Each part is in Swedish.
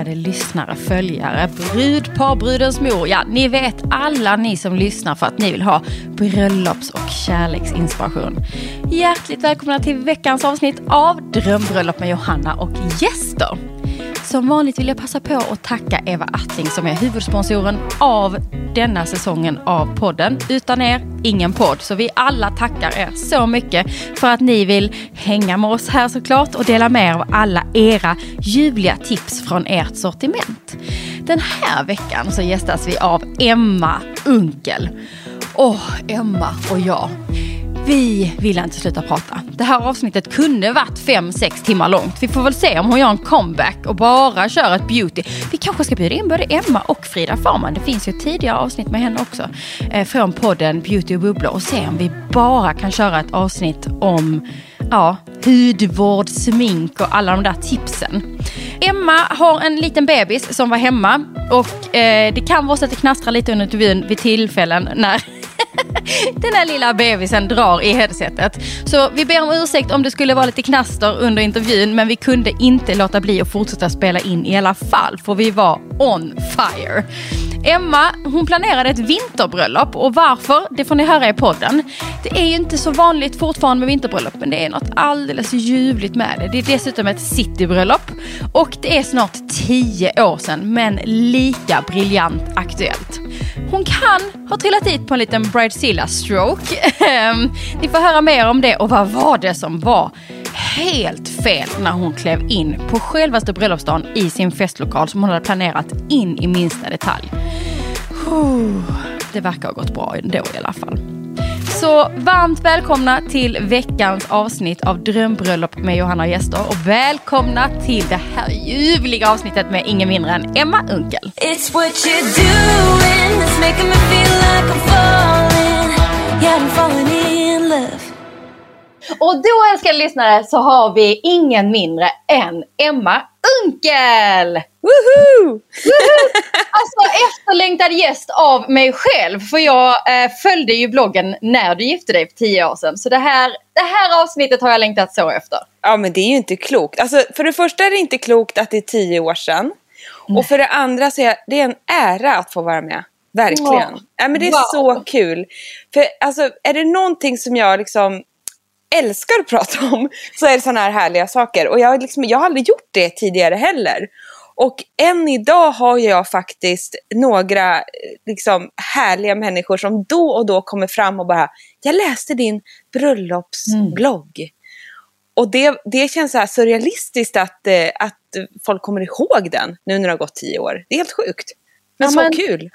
älskade lyssnare, följare, brudpar, brudens mor. Ja, ni vet alla ni som lyssnar för att ni vill ha bröllops- och kärleksinspiration. Hjärtligt välkomna till veckans avsnitt av Drömbröllop med Johanna och gäster. Som vanligt vill jag passa på att tacka Eva Attling som är huvudsponsoren av denna säsongen av podden. Utan er, ingen podd. Så vi alla tackar er så mycket för att ni vill hänga med oss här såklart och dela med er av alla era ljuvliga tips från ert sortiment. Den här veckan så gästas vi av Emma Unkel. Emma och jag. Vi vill inte sluta prata. Det här avsnittet kunde varit 5-6 timmar långt. Vi får väl se om hon gör en comeback och bara kör ett beauty. Vi kanske ska bjuda in både Emma och Frida Farman. Det finns ju tidigare avsnitt med henne också. Från podden Beauty och Bubbla. Och se om vi bara kan köra ett avsnitt om hudvård, smink och alla de där tipsen. Emma har en liten bebis som var hemma. Och det kan vara så att det knastrar lite under intervjun vid tillfällen när den här lilla bebisen drar i headsetet. Så vi ber om ursäkt om det skulle vara lite knaster under intervjun. Men vi kunde inte låta bli att fortsätta spela in i alla fall. För vi var on fire. Emma, hon planerade ett vinterbröllop. Och varför? Det får ni höra i podden. Det är ju inte så vanligt fortfarande med vinterbröllop. Men det är något alldeles ljuvligt med det. Det är dessutom ett citybröllop. Och det är snart 10 år sedan. Men lika briljant aktuellt. Hon kan ha trillat dit på en liten bridezilla-stroke. Ni får höra mer om det. Och vad var det som var helt fel när hon klev in på självaste bröllopsdagen i sin festlokal som hon hade planerat in i minsta detalj. Det verkar ha gått bra ändå i alla fall. Så varmt välkomna till veckans avsnitt av Drömbröllop med Johanna och gäster. Och välkomna till det här ljuvliga avsnittet med ingen mindre än Emma Unkel. It's what you're doing that's making me feel like I'm falling. Yeah, I'm falling in love. Och då, älskade lyssnare, så har vi ingen mindre än Emma Unkel! Woohoo! Alltså efterlängtad gäst av mig själv. För jag följde ju bloggen när du gifte dig för 10 år sedan. Så det här avsnittet har jag längtat så efter. Ja, men det är ju inte klokt. Alltså, för det första är det inte klokt att det är 10 år sedan. Och för det andra så är det en ära att få vara med. Verkligen. Ja, men det är så kul. För alltså, är det någonting som jag liksom älskar att prata om, så är det såna här härliga saker. Och jag har aldrig gjort det tidigare heller. Och än idag har jag faktiskt några liksom härliga människor som då och då kommer fram och bara, jag läste din bröllopsblogg. Och det känns så här surrealistiskt att folk kommer ihåg den nu när det har gått 10 år. Det är helt sjukt. Men så kul.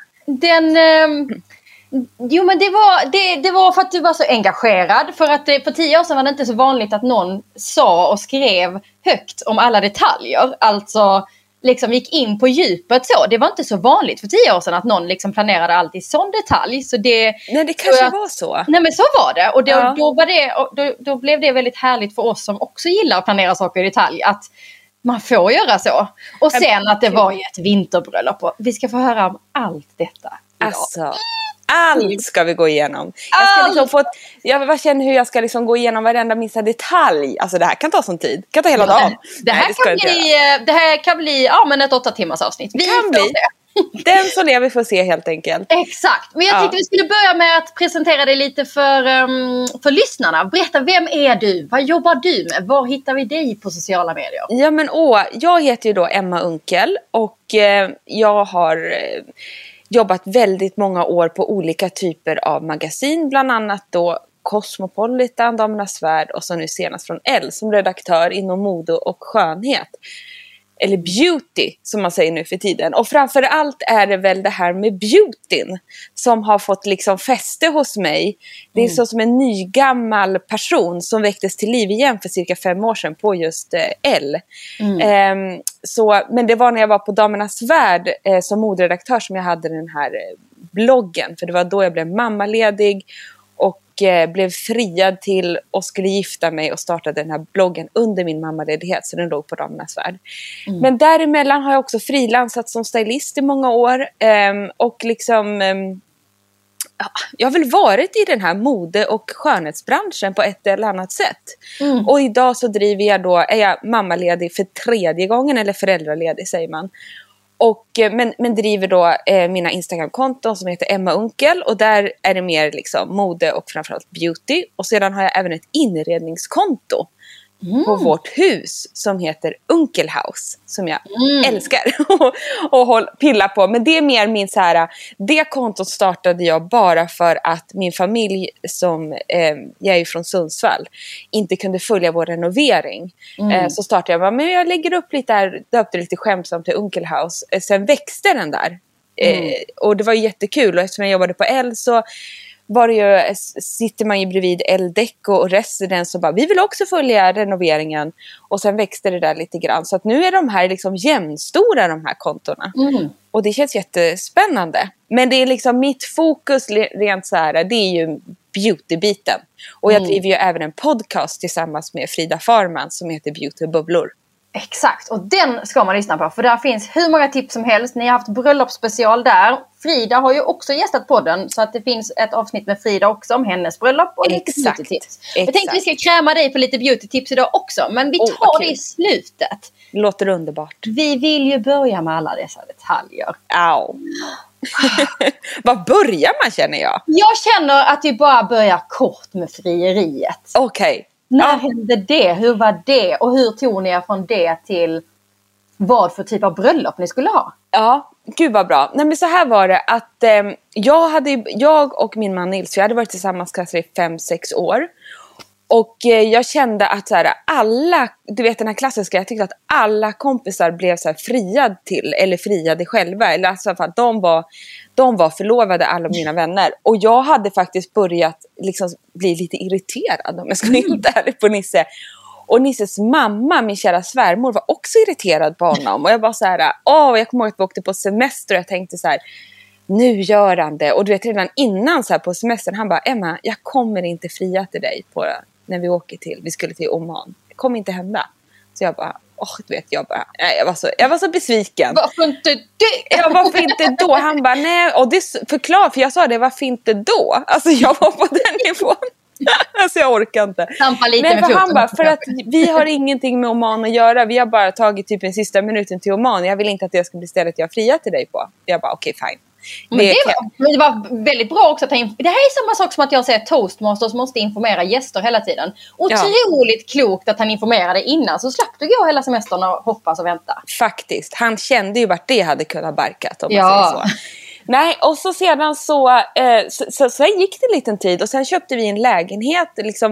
Jo, men det var för att du var så engagerad. För att för 10 år sedan var det inte så vanligt att någon sa och skrev högt om alla detaljer. Alltså liksom gick in på djupet så. Det var inte så vanligt för 10 år sedan att någon liksom planerade allt i sån detalj. Så nej, det kanske var så. Nej, men så var det. Och då blev det väldigt härligt för oss som också gillar att planera saker i detalj. Att man får göra så. Och sen att det var ju ett vinterbröllop. Och vi ska få höra om allt detta idag. Alltså, allt ska vi gå igenom. Jag känner hur jag ska liksom gå igenom varenda minsta detalj. Alltså det här kan ta sån tid. Det kan ta hela dagen. Det här kan bli men ett 8 timmars avsnitt. Vi kan bli. Den som lever får se helt enkelt. Exakt. Men jag tänkte vi skulle börja med att presentera dig lite för lyssnarna. Berätta, vem är du? Vad jobbar du med? Var hittar vi dig på sociala medier? Ja, men jag heter ju då Emma Unkel. Och jag har jobbat väldigt många år på olika typer av magasin. Bland annat då Cosmopolitan, Damernas Värld och så nu senast från Elle som redaktör inom mode och skönhet. Eller beauty som man säger nu för tiden. Och framförallt är det väl det här med beautyn som har fått liksom fäste hos mig. Det är så som en nygammal person som väcktes till liv igen för cirka 5 år sedan på just Elle. Men det var när jag var på Damernas Värld som moderedaktör som jag hade den här bloggen. För det var då jag blev mammaledig och blev friad till och skulle gifta mig och startade den här bloggen under min mammaledighet, så den låg på Damernas Värld. Men däremellan har jag också frilansat som stylist i många år och liksom jag har väl varit i den här mode- och skönhetsbranschen på ett eller annat sätt. Och idag så är jag mammaledig för 3:e gången, eller föräldraledig säger man. Och, men driver då mina Instagram-konton som heter Emma Unkel, och där är det mer liksom mode och framförallt beauty. Och sedan har jag även ett inredningskonto på vårt hus som heter Unkelhouse, som jag älskar och pilla på. Men det är mer min så här, det kontot startade jag bara för att min familj som jag är ju från Sundsvall inte kunde följa vår renovering. Så startade jag bara, men jag lägger upp lite där, döpte lite skämtsamt till Unkelhouse. Sen växte den där. Och det var jättekul, och eftersom jag jobbade på L så var det ju, sitter man ju bredvid L-Deco och Residence och bara, vi vill också följa renoveringen. Och sen växte det där lite grann. Så att nu är de här liksom jämnstora, de här kontorna. Och det känns jättespännande. Men det är liksom mitt fokus rent så här, det är ju beauty-biten. Och jag driver ju även en podcast tillsammans med Frida Farman som heter Beauty och Bubblor. Exakt, och den ska man lyssna på, för där finns hur många tips som helst. Ni har haft bröllopsspecial där. Frida har ju också gästat podden, så att det finns ett avsnitt med Frida också om hennes bröllop och lite beautytips. Jag tänkte vi ska kräma dig på lite beautytips idag också, men vi tar det i slutet. Låter underbart. Vi vill ju börja med alla dessa detaljer. Var börjar man, känner jag? Jag känner att vi bara börjar kort med frieriet. Okej. När hände det? Hur var det? Och hur tog ni er från det till vad för typ av bröllop ni skulle ha? Ja, gud vad bra. Nej, men så här var det att jag och min man Nils, vi hade varit tillsammans kanske i 5-6 år. Och jag kände att så här, alla, du vet den här klassiska, jag tyckte att alla kompisar blev så här friade själva. Eller alltså för att de var förlovade, alla mina vänner. Och jag hade faktiskt börjat liksom bli lite irriterad, om jag ska inte ärlig på Nisse. Och Nisses mamma, min kära svärmor, var också irriterad på honom. Och jag bara så här, jag kommer ihåg att vi åkte på semester och jag tänkte så här, nu gör han det. Och du vet, redan innan så här på semestern, han bara, Emma, jag kommer inte fria till dig när vi åker vi skulle till Oman. Det kommer inte hända. Så jag bara, jag var så besviken. Varför inte det? Ja, varför inte då? Han bara, nej. Och det förklar, för jag sa det, varför inte då? Alltså jag var på den nivån. Alltså jag orkar inte. Nej, för han bara, för att vi har ingenting med Oman att göra. Vi har bara tagit typ en sista minuten till Oman. Jag vill inte att det ska bli stället jag friar till dig på. Jag bara, okej, fine. Men det var väldigt bra också att det här är samma sak som att jag säger toastmasters måste informera gäster hela tiden. Otroligt klokt att han informerade innan, så slapp du gå hela semestern och hoppas och vänta. Faktiskt, han kände ju vart det hade kunnat barkat, om man säger så. Nej, och så sedan så gick det en liten tid och sen köpte vi en lägenhet, liksom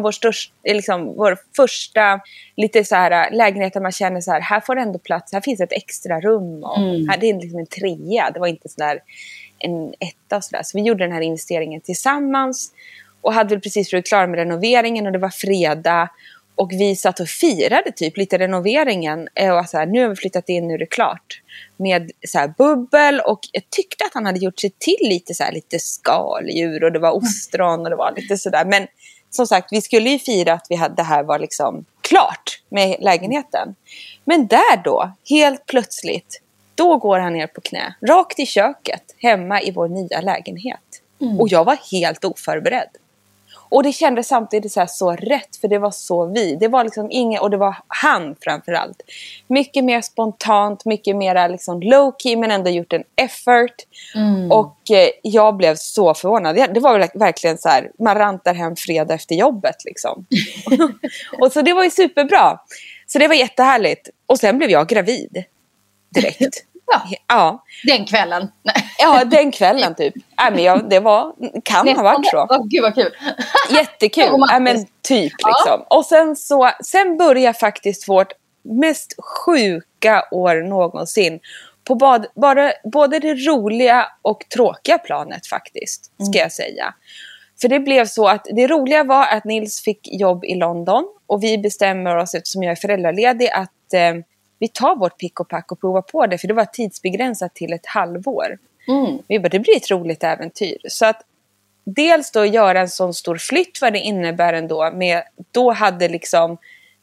vår första lite så här lägenhet där man känner så här får det ändå plats, här finns ett extra rum och här, det är liksom en 3, det var inte så där en 1 och sådär. Så vi gjorde den här investeringen tillsammans och hade väl precis blivit klara med renoveringen och det var fredag. Och vi satt och firade typ lite renoveringen. Och så här, nu har vi flyttat in, nu är det klart. Med så här bubbel. Och jag tyckte att han hade gjort sig till lite skaldjur. Och det var ostron och det var lite sådär. Men som sagt, vi skulle ju fira att det här var liksom klart med lägenheten. Men där då, helt plötsligt, då går han ner på knä. Rakt i köket, hemma i vår nya lägenhet. Och jag var helt oförberedd. Och det kändes samtidigt så rätt, för det var så det var liksom och det var han framförallt. Mycket mer spontant, mycket mer liksom low key, men ändå gjort en effort. Och jag blev så förvånad. Det var verkligen så här, man rantar hem fredag efter jobbet liksom. Och så det var ju superbra. Så det var jättehärligt. Och sen blev jag gravid direkt. Ja. Den kvällen. Ja, den kvällen typ. Det kan ha varit så. Gud vad kul. Jättekul. Men typ liksom. Och sen börjar faktiskt vårt mest sjuka år någonsin. På både det roliga och tråkiga planet faktiskt, ska jag säga. För det blev så att det roliga var att Nils fick jobb i London. Och vi bestämmer oss, eftersom jag är föräldraledig, att vi tar vårt pick och pack och provar på det. För det var tidsbegränsat till 1 halvår. Vi bara, det blir ett roligt äventyr. Så att dels då göra en sån stor flytt, vad det innebär ändå. Då hade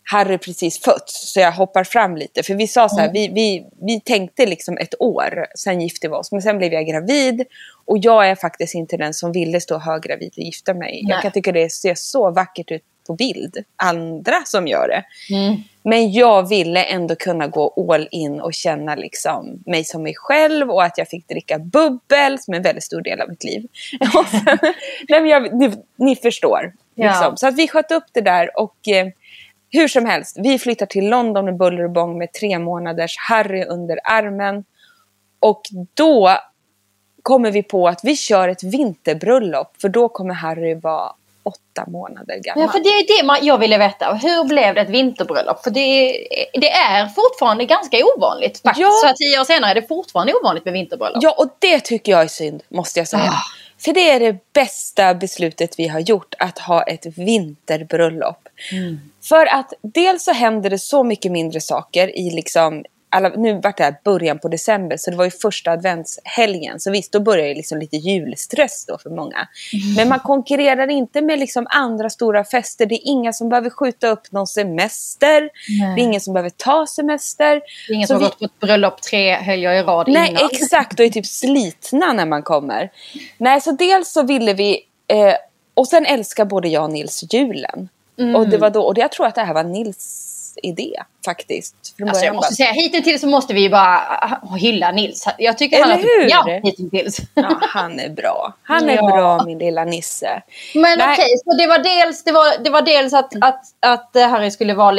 Harry precis fötts, så jag hoppar fram lite. För vi sa så här, vi tänkte liksom ett år, sen gifte vi oss. Men sen blev jag gravid. Och jag är faktiskt inte den som ville stå höggravid och gifta mig. Nej. Jag kan tycka det ser så vackert ut på bild. Andra som gör det. Mm. Men jag ville ändå kunna gå all in och känna liksom mig som mig själv. Och att jag fick dricka bubbel som en väldigt stor del av mitt liv. Och sen, nej, men ni förstår. Ja. Liksom. Så att vi sköt upp det där och... hur som helst, vi flyttar till London med buller och bång med 3 månaders Harry under armen. Och då kommer vi på att vi kör ett vinterbröllop. För då kommer Harry vara 8 månader gammal. Ja, för det är det jag ville veta. Hur blev det ett vinterbröllop? För det är fortfarande ganska ovanligt. Faktiskt. Ja. Så 10 år senare är det fortfarande ovanligt med vinterbröllop. Ja, och det tycker jag är synd, måste jag säga. Ah. För det är det bästa beslutet vi har gjort, att ha ett vinterbröllop. För att dels så händer det så mycket mindre saker i liksom... nu var det här början på december, så det var ju första adventshelgen. Så visst, då börjar ju liksom lite julstress då för många. Men man konkurrerar inte med liksom andra stora fester. Det är inga som behöver skjuta upp någon semester. Nej. Det är ingen som behöver ta semester. Det är ingen Så som har gått på ett bröllop 3 helger i rad Nej, innan. exakt. Och är typ slitna när man kommer. Nej, så dels så ville vi... och sen älskar både jag och Nils julen. Och det var då... Och jag tror att det här var Nils idé faktiskt. Alltså jag måste säga, hittills så måste vi bara hylla Nils. Jag tycker Eller hur? Ja, hittills. Ja, han är bra. Han är bra, min lilla Nisse. Men okej, så det var dels att Harry skulle vara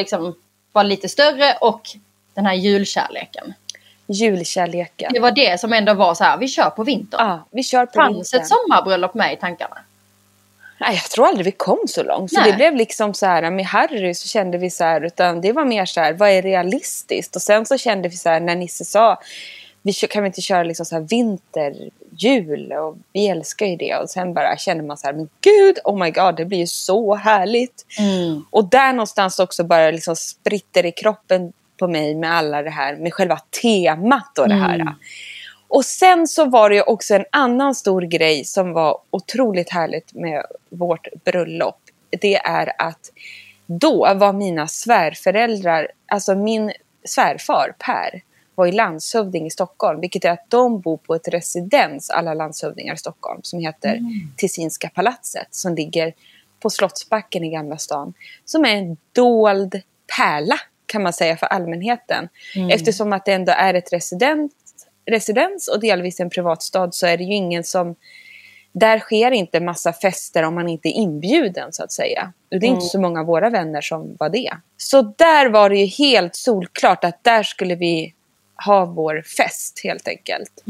lite större och den här julkärleken. Julkärleken. Det var det som ändå var så här, vi kör på vintern. Ja, vi kör på Fanns vintern. ett sommarbröllop med i tankarna? Nej, jag tror aldrig vi kom så långt. För Nej. det blev liksom så här, med Harry så kände vi så här, utan det var mer så här, vad är realistiskt? Och sen så kände vi så här, när Nisse sa, kan vi inte köra liksom så här vinter, jul? Och vi älskar ju det. Och sen bara känner man så här, men gud, oh my god, det blir ju så härligt. Och där någonstans också bara liksom spritter i kroppen på mig med alla det här, med själva temat och det här. Och sen så var det ju också en annan stor grej som var otroligt härligt med vårt bröllop. Det är att då var mina svärföräldrar, alltså min svärfar Per var ju landshövding i Stockholm. Vilket är att de bor på ett residens, alla landshövdingar i Stockholm, som heter Tessinska palatset. Som ligger på Slottsbacken i Gamla stan. Som är en dold pärla kan man säga för allmänheten. Eftersom att det ändå är ett residens och delvis en privatstad, så är det ju ingen som... Där sker inte massa fester om man inte är inbjuden, så att säga. Och det är inte så många av våra vänner som var det. Så där var det ju helt solklart att där skulle vi ha vår fest, helt enkelt.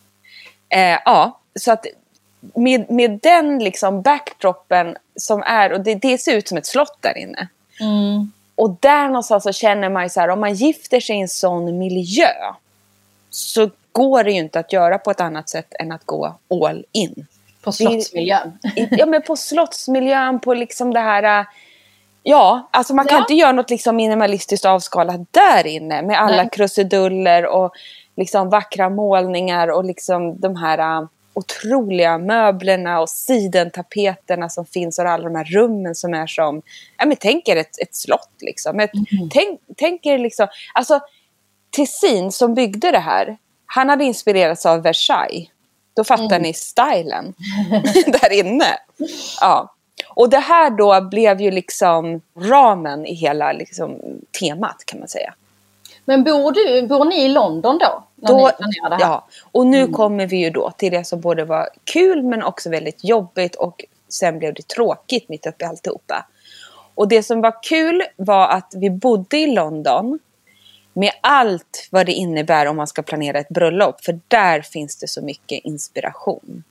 Ja, så att med den liksom backdropen som är... Och det ser ut som ett slott där inne. Och där någonstans så känner man ju så här, om man gifter sig i en sån miljö så går det ju inte att göra på ett annat sätt än att gå all in. På slottsmiljön. Ja, men på slottsmiljön, på liksom det här... Ja, alltså man kan inte göra något liksom minimalistiskt avskalat där inne. Med alla krusiduller och liksom vackra målningar och liksom de här otroliga möblerna och sidentapeterna som finns och alla de här rummen som är som... Ja, men tänk er ett slott liksom. Tänk er liksom... Alltså, Tessin som byggde det här, han hade inspirerats av Versailles. Då fattar ni stilen där inne. Ja. Och det här då blev ju liksom ramen i hela liksom temat, kan man säga. Men bor ni i London då? När ni planerar det här? Ja, och nu kommer vi ju då till det som både var kul men också väldigt jobbigt, och sen blev det tråkigt mitt uppe i alltihopa. Och det som var kul var att vi bodde i London med allt vad det innebär om man ska planera ett bröllop. För där finns det så mycket inspiration.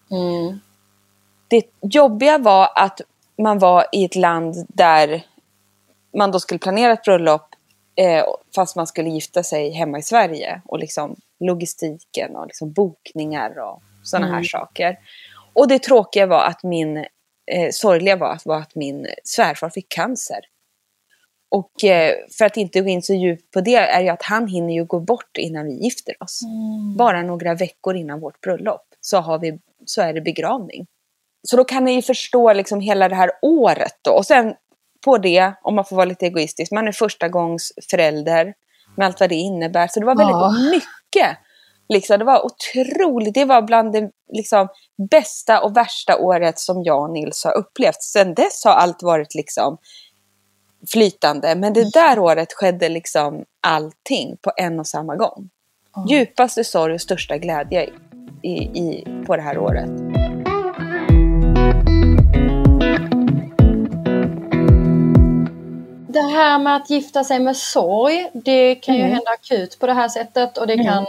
Det jobbiga var att man var i ett land där man då skulle planera ett bröllop fast man skulle gifta sig hemma i Sverige. Och liksom logistiken och liksom bokningar och sådana här saker. Och det tråkiga var att sorgliga var att min svärfar fick cancer. Och för att inte gå in så djupt på det är ju att han hinner ju gå bort innan vi gifter oss. Bara några veckor innan vårt bröllop så är det begravning. Så då kan ni ju förstå liksom hela det här året då. Och sen på det, om man får vara lite egoistisk. Man är första gångs förälder med allt vad det innebär. Så det var väldigt mycket. Liksom, det var otroligt. Det var bland det liksom, bästa och värsta året som jag och Nils har upplevt. Sen dess har allt varit liksom flytande. Men det där året skedde liksom allting på en och samma gång. Djupaste sorg och största glädje på det här året. Det här med att gifta sig med sorg, det kan ju hända akut på det här sättet. Och det kan...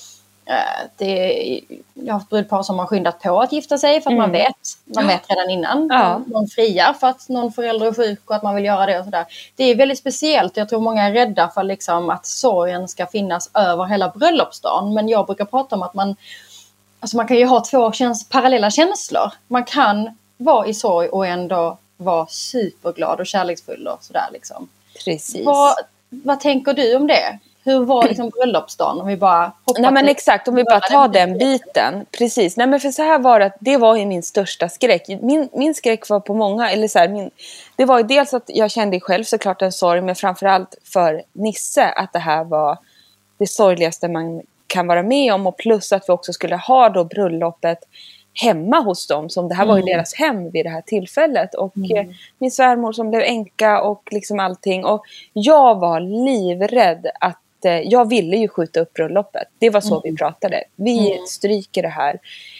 jag har haft brudpar som har skyndat på att gifta sig för att man vet redan innan. Någon friar för att någon förälder är sjuk och att man vill göra det och sådär. Det är väldigt speciellt. Jag tror många är rädda för liksom att sorgen ska finnas över hela bröllopsdagen. Men jag brukar prata om att man kan ju ha två parallella känslor. Man kan vara i sorg och ändå vara superglad och kärleksfull och sådär liksom. Precis. Vad tänker du om det? Hur var liksom bröllopsdagen om vi bara hoppar men exakt, om vi bara tar den biten. Precis. Nej men för så här var det var ju min största skräck. Min skräck var på många, eller så här, det var ju dels att jag kände själv såklart en sorg, men framförallt för Nisse att det här var det sorgligaste man kan vara med om, och plus att vi också skulle ha då bröllopet hemma hos dem, som det här var ju deras hem vid det här tillfället, och min svärmor som blev änka och liksom allting, och jag var livrädd att jag ville ju skjuta upp bröllopet. Det var så vi pratade. Vi stryker det här.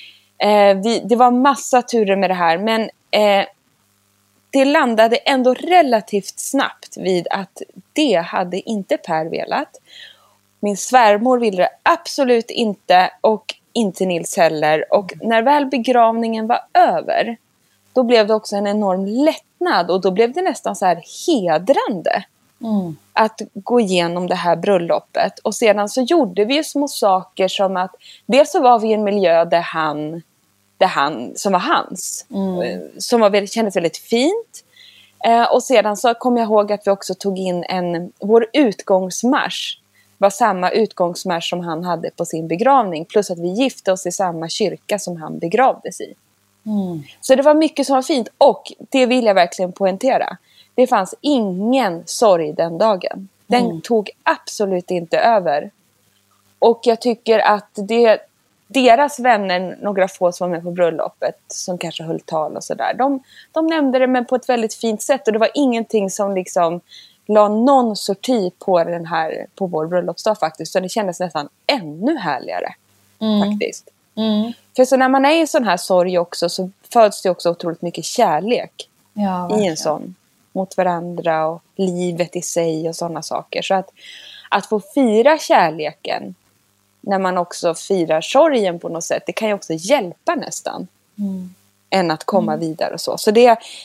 Det var massa turer med det här, men det landade ändå relativt snabbt vid att det hade inte Per velat. Min svärmor ville det absolut inte, och inte Nils heller. Och när väl begravningen var över, då blev det också en enorm lättnad, och då blev det nästan så här hedrande att gå igenom det här bröllopet. Och sedan så gjorde vi ju små saker som att dels så var vi i en miljö där han som var hans, som kändes väldigt fint. Och sedan så kom jag ihåg att vi också tog in vår utgångsmarsch var samma utgångsmarsch som han hade på sin begravning, plus att vi gifte oss i samma kyrka som han begravdes i. Så det var mycket som var fint, och det vill jag verkligen poängtera. Det fanns ingen sorg den dagen. Den tog absolut inte över. Och jag tycker att deras vänner, några få som var med på bröllopet, som kanske höll tal och sådär, de nämnde det, men på ett väldigt fint sätt. Och det var ingenting som liksom la någon sorti på vår bröllopsdag faktiskt. Så det kändes nästan ännu härligare faktiskt. För så när man är i sån här sorg också, så föds det också otroligt mycket kärlek i en sån, mot varandra och livet i sig och sådana saker. Så att få fira kärleken när man också firar sorgen på något sätt, det kan ju också hjälpa nästan än att komma vidare och så. Så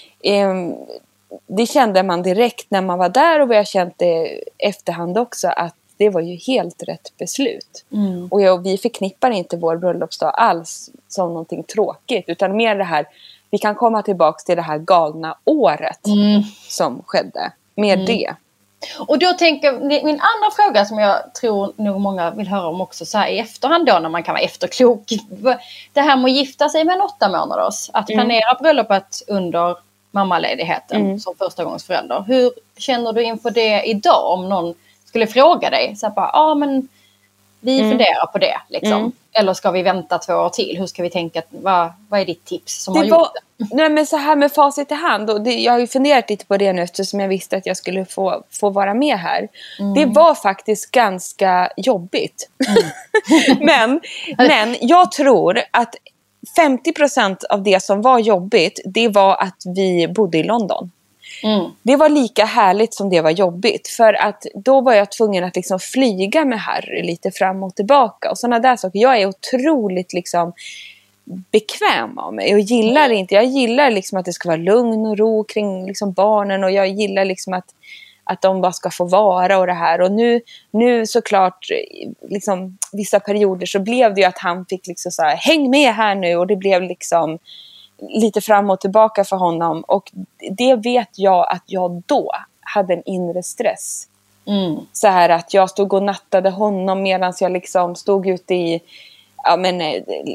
det kände man direkt när man var där, och vi har känt det efterhand också, att det var ju helt rätt beslut. Och vi förknippar inte vår bröllopsdag alls som någonting tråkigt, utan mer det här, vi kan komma tillbaka till det här galna året som skedde. Mer det. Och då tänker min andra fråga, som jag tror nog många vill höra om också så här i efterhand då, när man kan vara efterklok. Det här med att gifta sig med en 8 månaders, att planera bröllopet under mammaledigheten som första gångs förälder. Hur känner du inför det idag, om någon skulle fråga dig så bara, men vi funderar på det liksom. Eller ska vi vänta 2 år till? Hur ska vi tänka? Vad är ditt tips som har gjort det? Nej, men så här med facit i hand. Och jag har ju funderat lite på det nu, eftersom jag visste att jag skulle få vara med här. Det var faktiskt ganska jobbigt. men jag tror att 50% av det som var jobbigt, det var att vi bodde i London. Det var lika härligt som det var jobbigt, för att då var jag tvungen att liksom flyga med Harry lite fram och tillbaka och sådana där saker. Jag är otroligt liksom bekväm av mig och jag gillar liksom att det ska vara lugn och ro kring liksom barnen, och jag gillar liksom att de bara ska få vara och det här. Och nu såklart liksom vissa perioder så blev det ju att han fick liksom så här, häng med här nu, och det blev liksom lite fram och tillbaka för honom, och det vet jag att jag då hade en inre stress. Så här att jag stod och nattade honom medan jag liksom stod ute i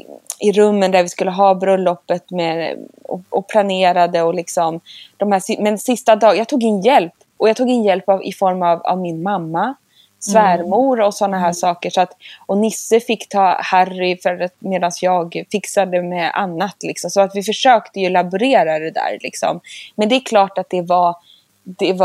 i rummen där vi skulle ha bröllopet och planerade och liksom men sista dagen, jag tog in hjälp. Och jag tog in hjälp i form av min mamma, svärmor och sådana här saker. Och Nisse fick ta Harry medan jag fixade med annat. Liksom. Så att vi försökte ju laborera det där. Liksom. Men det är klart att det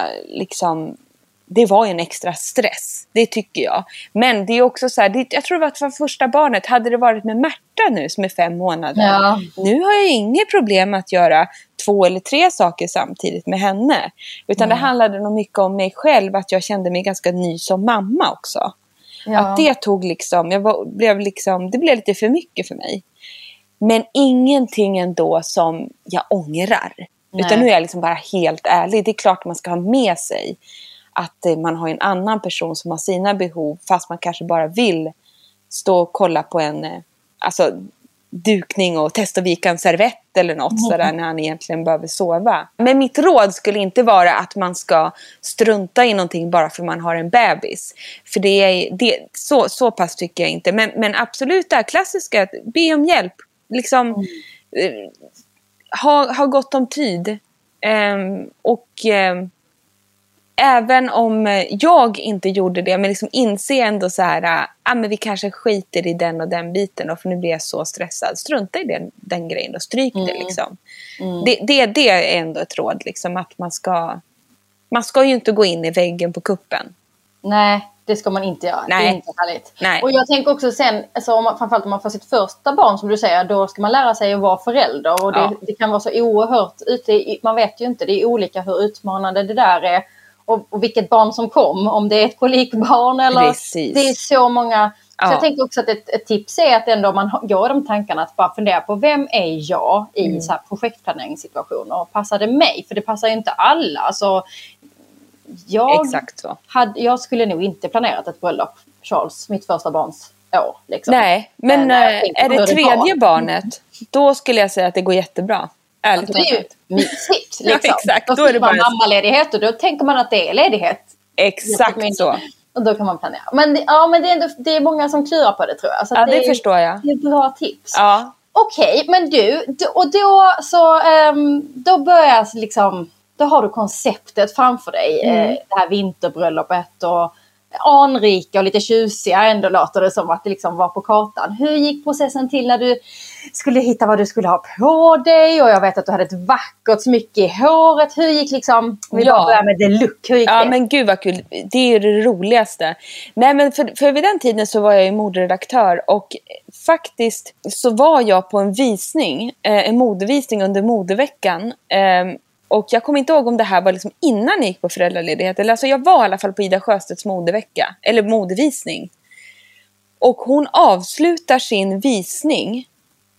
var en extra stress. Det tycker jag. Men det är också så här, jag tror att för första barnet hade det varit med Märta nu som är 5 månader. Ja. Nu har jag inget problem att göra 2 eller 3 saker samtidigt med henne. Utan det handlade nog mycket om mig själv. Att jag kände mig ganska ny som mamma också. Ja. Att det tog liksom, det blev lite för mycket för mig. Men ingenting ändå som jag ångrar. Nej. Utan nu är jag liksom bara helt ärlig. Det är klart man ska ha med sig att man har en annan person som har sina behov. Fast man kanske bara vill stå och kolla på en dukning och testa att vika en servett eller något sådär när han egentligen behöver sova. Men mitt råd skulle inte vara att man ska strunta i någonting bara för man har en bebis. För så pass tycker jag inte. Men absolut det här klassiska, be om hjälp. Liksom ha gott om tid. Även om jag inte gjorde det, men liksom inse ändå så här, men vi kanske skiter i den och den biten, och för nu blir jag så stressad. Strunta i den grejen och stryk det liksom. Det är ändå ett råd liksom, att man ska ju inte gå in i väggen på kuppen. Nej, det ska man inte göra. Nej. Det är inte härligt. Nej. Och jag tänker också sen, framförallt om man får sitt första barn som du säger, då ska man lära sig att vara förälder. Och det kan vara så oerhört man vet ju inte, det är olika hur utmanande det där är. Och vilket barn som kom, om det är ett kolikbarn eller Precis. Det är så många. Så Ja. jag tänker också att ett tips är att ändå man gör de tankarna, att bara fundera på vem är jag i så här projektplaneringssituationer, och passar det mig? För det passar ju inte alla. Alltså, Exakt så. Jag skulle nog inte planerat ett bröllop, Charles, mitt första barns år. Liksom. Nej, men är det tredje barnet, då skulle jag säga att det går jättebra. Alltså, det är ju mitt tips. Liksom. Ja, exakt. Då är det bara mammaledighet, och då tänker man att det är ledighet. Exakt så. Och då kan man planera. Men det är många som klurar på det, tror jag. Så det förstår jag. Det är bra tips. Ja. Okej, men då börjar liksom, då har du konceptet framför dig. Det här vinterbröllopet, och anrika och lite tjusiga ändå, låter det som att det liksom var på kartan. Hur gick processen till när du skulle hitta vad du skulle ha på dig? Och jag vet att du hade ett vackert smycke i håret. Hur gick liksom, vi bara börjar med the look. Hur gick det? Men gud vad kul. Det är det roligaste. Nej, men för vid den tiden så var jag ju moderedaktör, och faktiskt så var jag på en visning, en modevisning under modeveckan. Och jag kommer inte ihåg om det här var liksom innan jag gick på föräldraledighet. Eller alltså jag var i alla fall på Ida Sjöstedts modevecka. Eller modevisning. Och hon avslutar sin visning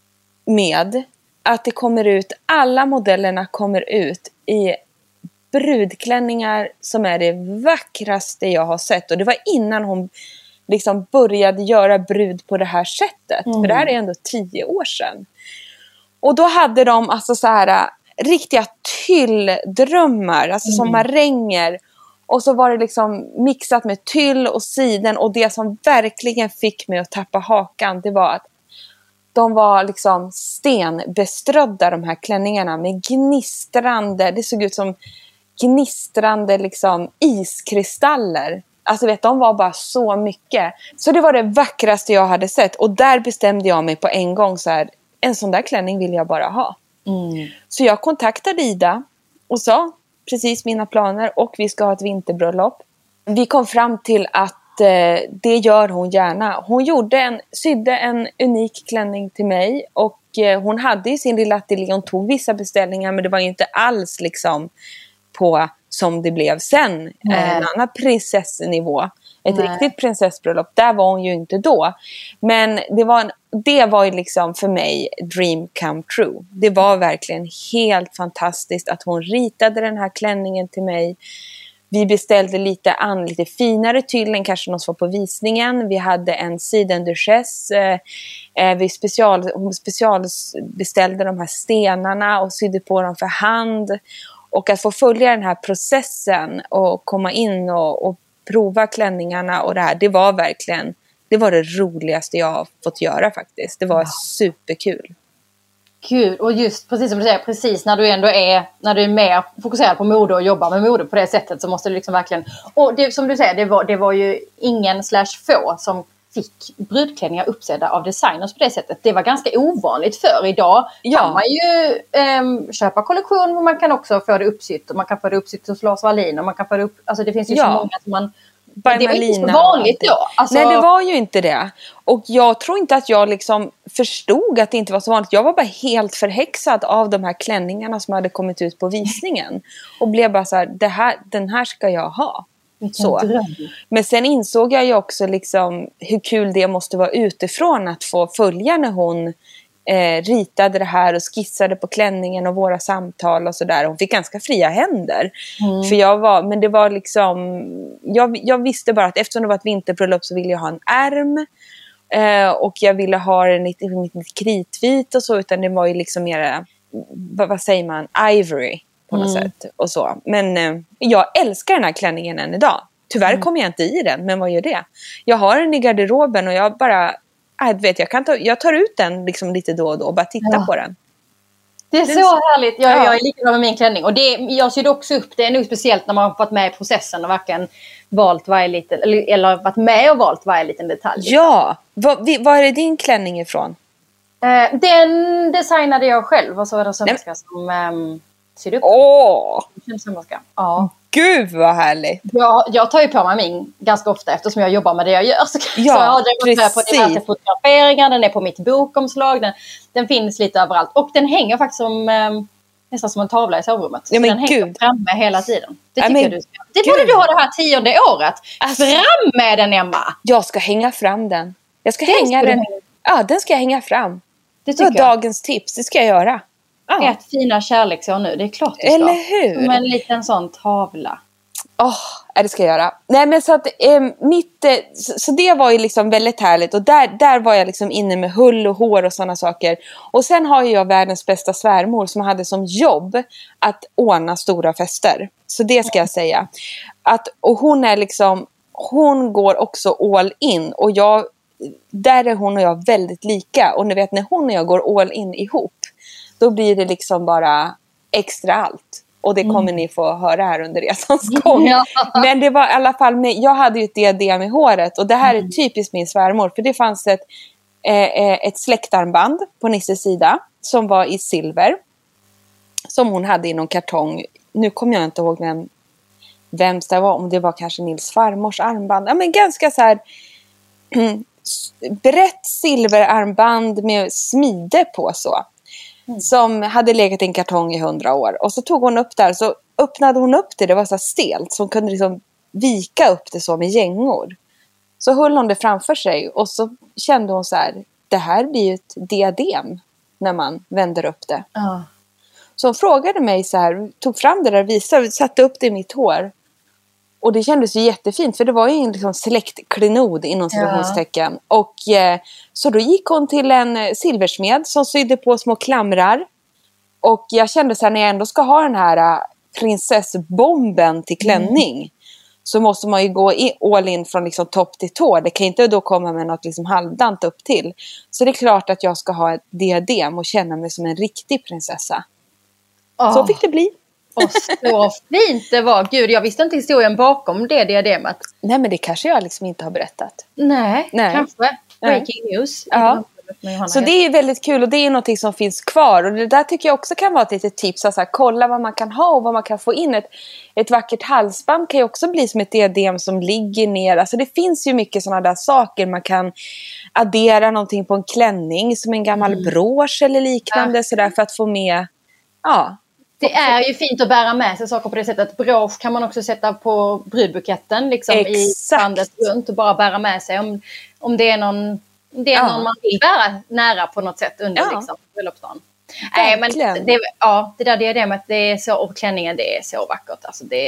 med att det kommer ut, alla modellerna kommer ut i brudklänningar som är det vackraste jag har sett. Och det var innan hon liksom började göra brud på det här sättet. För det här är ändå 10 år sedan. Och då hade de alltså så här riktiga tylldrömmar, alltså som maränger, och så var det liksom mixat med tyll och siden, och det som verkligen fick mig att tappa hakan, det var att de var liksom stenbeströdda, de här klänningarna, med gnistrande, det såg ut som gnistrande liksom iskristaller. Alltså de var bara så mycket. Så det var det vackraste jag hade sett, och där bestämde jag mig på en gång så här, en sån där klänning vill jag bara ha. Så jag kontaktade Ida och sa precis mina planer, och vi ska ha ett vinterbröllop. Vi kom fram till att det gör hon gärna. Hon sydde en unik klänning till mig, och hon hade i sin lilla ateljé, hon tog vissa beställningar, men det var ju inte alls liksom på som det blev sen. En annan prinsessnivå. Ett riktigt prinsessbröllop, där var hon ju inte då. Men det var ju liksom för mig dream come true. Det var verkligen helt fantastiskt att hon ritade den här klänningen till mig. Vi beställde lite finare tyll än kanske någon som var på visningen. Vi hade en sidenduchesse. Hon specialbeställde de här stenarna och sydde på dem för hand. Och att få följa den här processen och komma in och prova klänningarna och det här, det var verkligen Det var det roligaste jag har fått göra faktiskt. Det var superkul. Kul, och just precis som du säger, precis när du ändå är, när du är mer fokuserad på mode och jobbar med mode på det sättet, så måste du liksom verkligen, och det, som du säger, det var ju ingen / få som fick brudklänningar uppsedda av designers på det sättet. Det var ganska ovanligt förr. Idag kan man ju köpa kollektion, och man kan också få det uppsytt, och man kan få det uppsytt hos Lars Wallin, och man kan få det upp, alltså det finns ju så många som man, det var inte så vanligt då. Alltså... Nej, det var ju inte det. Och jag tror inte att jag liksom förstod att det inte var så vanligt. Jag var bara helt förhäxad av de här klänningarna som hade kommit ut på visningen. Och blev bara så här, den här ska jag ha. Så. Men sen insåg jag ju också liksom hur kul det måste vara utifrån att få följa när hon ritade det här och skissade på klänningen och våra samtal och sådär. Hon fick ganska fria händer. För men det var liksom, jag visste bara att eftersom det var ett vinterbröllop så ville jag ha en ärm. Och jag ville ha den inte kritvit och så, utan det var ju liksom mer, vad säger man, ivory på något sätt och så. Men jag älskar den här klänningen än idag. Tyvärr kommer jag inte i den, men vad gör det? Jag har den i garderoben och jag bara, jag tar ut den liksom lite då och då och bara tittar på den. Det är så härligt. Jag är likadan med min klänning. Och jag ser också upp. Det är nog speciellt när man har varit med i processen och verkligen valt varje liten, eller varit med och valt varje liten detalj. Ja! Var är din klänning ifrån? Den designade jag själv. Och så var det sömmerska som sydde upp. Sömmerska. Ja. Gud vad härligt! Jag tar ju på mig min ganska ofta eftersom jag jobbar med det jag gör. Så jag har varit med på diverse fotograferingar. Den är på mitt bokomslag. Den finns lite överallt. Och den hänger faktiskt nästan som en tavla i sovrummet. Så den hänger framme hela tiden. Det tycker jag du ska. Det borde du ha det här 10:e året. Alltså, fram med den, Emma! Jag ska hänga fram den. Jag ska hänga den. Ja, den ska jag hänga fram. Det var dagens tips. Det ska jag göra. Ett fina kärleksår nu, det är klart du ska. Eller hur? Som en liten sån tavla. Det ska jag göra. Nej, men så att så det var ju liksom väldigt härligt. Och där var jag liksom inne med hull och hår och sådana saker. Och sen har ju jag världens bästa svärmor som hade som jobb att ordna stora fester. Så det ska jag säga. Och hon är liksom, hon går också all in. Och där är hon och jag väldigt lika. Och ni vet, när hon och jag går all in ihop, då blir det liksom bara extra allt. Och det kommer ni få höra här under resans gång. Men det var i alla fall, jag hade ju ett diadem i håret. Och det här är typiskt min svärmor. För det fanns ett släktarmband på Nisses sida som var i silver. Som hon hade i någon kartong. Nu kommer jag inte ihåg vem det var. Om det var kanske Nils farmors armband. Ja, men ganska så här brett silverarmband med smide på så. Som hade legat i en kartong i 100 år. Och så tog hon upp där. Så öppnade hon upp det. Det var så stelt. Så hon kunde liksom vika upp det så med gängor. Så höll hon det framför sig. Och så kände hon så här. Det här blir ju ett diadem. När man vänder upp det. Så hon frågade mig så här. Tog fram det där och visade. Satte upp det i mitt hår. Och det kändes ju jättefint. För det var ju en liksom släktklenod inom citationstecken. Och så då gick hon till en silversmed som sydde på små klamrar. Och jag kände så här, när jag ändå ska ha den här prinsessbomben till klänning. Så måste man ju gå all in från liksom topp till tå. Det kan inte då komma med något liksom halvdant upp till. Så det är klart att jag ska ha ett diadem och känna mig som en riktig prinsessa. Så fick det bli. Och så fint det var. Gud, jag visste inte historien bakom det diademet. Nej, men det kanske jag liksom inte har berättat. Nej. Kanske. Breaking news. Ja. Så det är väldigt kul och det är något som finns kvar. Och det där tycker jag också kan vara ett litet tips. Alltså, kolla vad man kan ha och vad man kan få in. Ett vackert halsband kan ju också bli som ett diadem som ligger ner. Alltså det finns ju mycket sådana där saker. Man kan addera någonting på en klänning som en gammal brosch eller liknande. Sådär, för att få med... Det är ju fint att bära med sig saker på det sättet. Brosch kan man också sätta på brudbuketten liksom, i bandet runt och bara bära med sig. Om det är någon man vill bära nära på något sätt under liksom, bröllopsdagen. Nej, men det där diademet, det är så, och klänningen, det är så vackert. Alltså, det är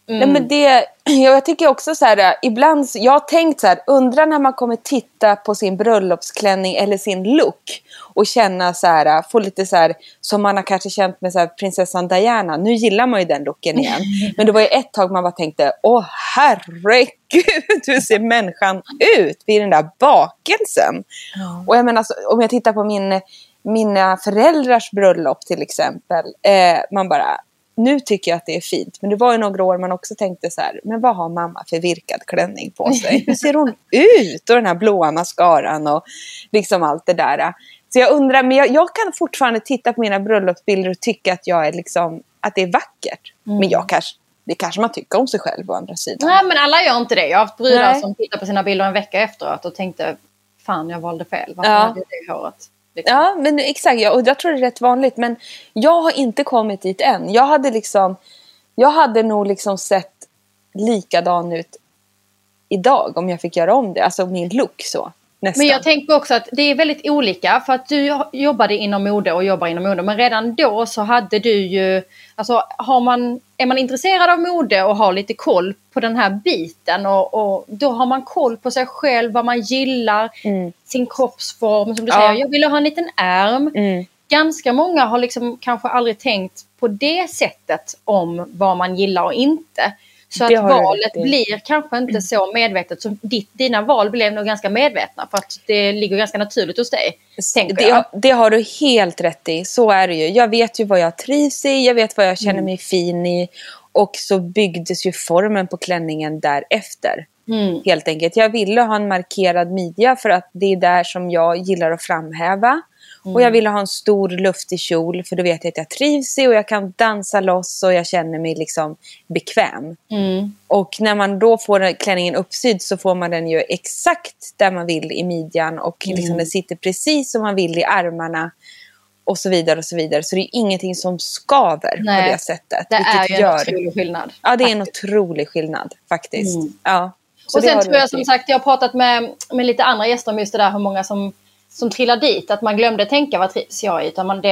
Nej, men jag tycker också så här, ibland, jag har tänkt så här, undrar när man kommer titta på sin bröllopsklänning eller sin look och känna så här, få lite så här, som man har kanske känt med så här, prinsessan Diana. Nu gillar man ju den looken igen. Men det var ju ett tag man bara tänkte, åh herregud, hur ser människan ut vid den där bakelsen? Och jag menar, alltså, om jag tittar på mina föräldrars bröllop till exempel, man bara, nu tycker jag att det är fint. Men det var ju några år man också tänkte så här, men vad har mamma för virkad klänning på sig? Hur ser hon ut? Och den här blåa mascaran och liksom allt det där. Så jag undrar, men jag kan fortfarande titta på mina bröllopsbilder och tycka att jag är liksom, att det är vackert. Men det kanske man tycker om sig själv å andra sidan. Nej, men alla gör inte det. Jag har haft brudar som tittar på sina bilder en vecka efteråt och tänkte, fan jag valde fel. Varför hade jag det i håret? Liksom. Ja, men exakt. Och jag tror det är rätt vanligt. Men jag har inte kommit dit än. Jag hade nog liksom sett likadan ut idag om jag fick göra om det. Alltså min look så. Nästan. Men jag tänker också att det är väldigt olika. För att du jobbade inom mode och jobbar inom mode. Men redan då så hade du ju... Alltså är man intresserad av mode och har lite koll på den här biten. Och då har man koll på sig själv. Vad man gillar. Sin kroppsform. Som du säger, jag ville ha en liten ärm. Ganska många har liksom kanske aldrig tänkt på det sättet om vad man gillar och inte. Så att valet blir kanske inte så medvetet. Så dina val blev nog ganska medvetna. För att det ligger ganska naturligt hos dig. Det har du helt rätt i. Så är det ju. Jag vet ju vad jag trivs i. Jag vet vad jag känner mig fin i. Och så byggdes ju formen på klänningen därefter. Helt enkelt. Jag ville ha en markerad midja. För att det är där som jag gillar att framhäva. Och jag ville ha en stor luftig kjol. För då vet jag att jag trivs i. Och jag kan dansa loss. Och jag känner mig liksom bekväm. Och när man då får klänningen uppsydd. Så får man den ju exakt där man vill i midjan. Och liksom den sitter precis som man vill i armarna. Och så vidare och så vidare. Så det är ingenting som skaver på det sättet. Det är ju en otrolig skillnad. Ja, det är en otrolig skillnad faktiskt. Ja. Och sen tror jag som sagt. Jag har pratat med lite andra gäster om just det där. Hur många som trillar dit, att man glömde tänka vad trivs jag i, utan men det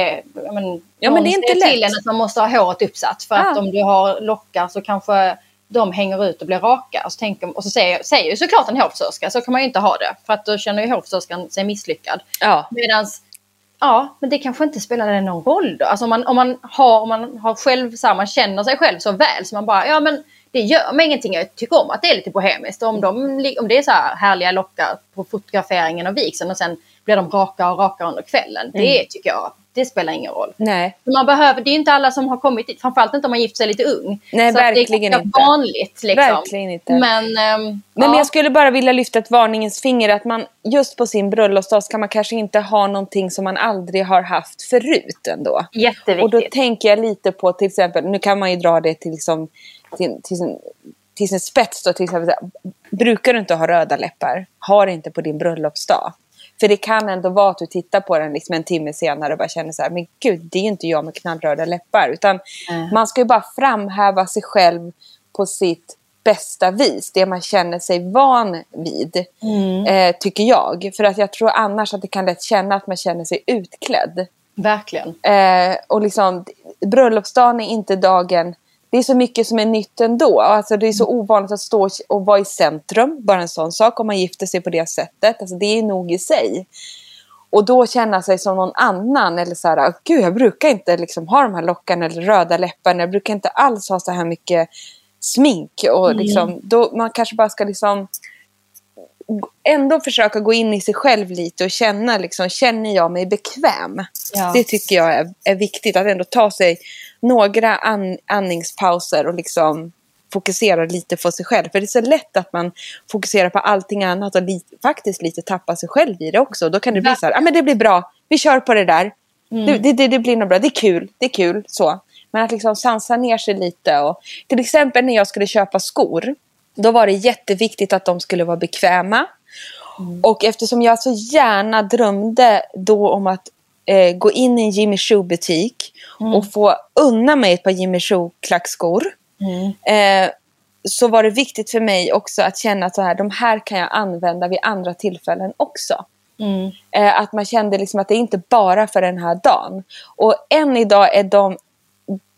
är inte lätt till en att man måste ha håret uppsatt för att om du har lockar så kanske de hänger ut och blir raka och så säger ju såklart en hårfrisörska, så kan man ju inte ha det för att då känner ju hårfrisörskan sig misslyckad. Medans men det kanske inte spelar någon roll då. Alltså om man har själv så här, man känner sig själv så väl så man bara men det gör mig ingenting, jag tycker om att det är lite bohemiskt. Om det är så här härliga lockar på fotograferingen och vigseln och sen blir de rakare under kvällen. Det tycker jag, det spelar ingen roll. Nej. Man behöver, det är inte alla som har kommit dit, framförallt inte om man gift sig lite ung. Nej, så verkligen det är inte. Vanligt liksom. Verkligen inte. Men jag skulle bara vilja lyfta ett varningens finger att man just på sin bröllopsdag ska man kanske inte ha någonting som man aldrig har haft förut ändå. Jätteviktigt. Och då tänker jag lite på till exempel, nu kan man ju dra det till sin spets då, till exempel, brukar du inte ha röda läppar? Har inte på din bröllopsdag. För det kan ändå vara att du tittar på den liksom en timme senare och bara känner så här, men gud, det är inte jag med knallröda läppar. Utan man ska ju bara framhäva sig själv på sitt bästa vis. Det man känner sig van vid, tycker jag. För att jag tror annars att det kan lätt känna att man känner sig utklädd. Verkligen. Och liksom, bröllopsdagen är inte dagen... Det är så mycket som är nytt ändå. Alltså det är så ovanligt att stå och vara i centrum. Bara en sån sak om man gifter sig på det sättet. Alltså det är nog i sig. Och då känna sig som någon annan. Eller så här, gud jag brukar inte liksom ha de här lockarna eller röda läpparna. Jag brukar inte alls ha så här mycket smink. Och liksom, då man kanske bara ska liksom ändå försöka gå in i sig själv lite. Och känna liksom, känner jag mig bekväm? Ja. Det tycker jag är viktigt. Att ändå ta sig några andningspauser och liksom fokusera lite på sig själv. För det är så lätt att man fokuserar på allting annat och faktiskt lite tappar sig själv i det också. Då kan det bli så här, men det blir bra, vi kör på det där. Det blir nog bra, det är kul så. Men att liksom sansa ner sig lite. Och till exempel när jag skulle köpa skor, då var det jätteviktigt att de skulle vara bekväma. Och eftersom jag så gärna drömde då om att gå in i en Jimmy Choo-butik och få unna mig ett par Jimmy Choo-klackskor, så var det viktigt för mig också att känna att så här, de här kan jag använda vid andra tillfällen också. Att man kände liksom att det är inte bara för den här dagen. Och än idag är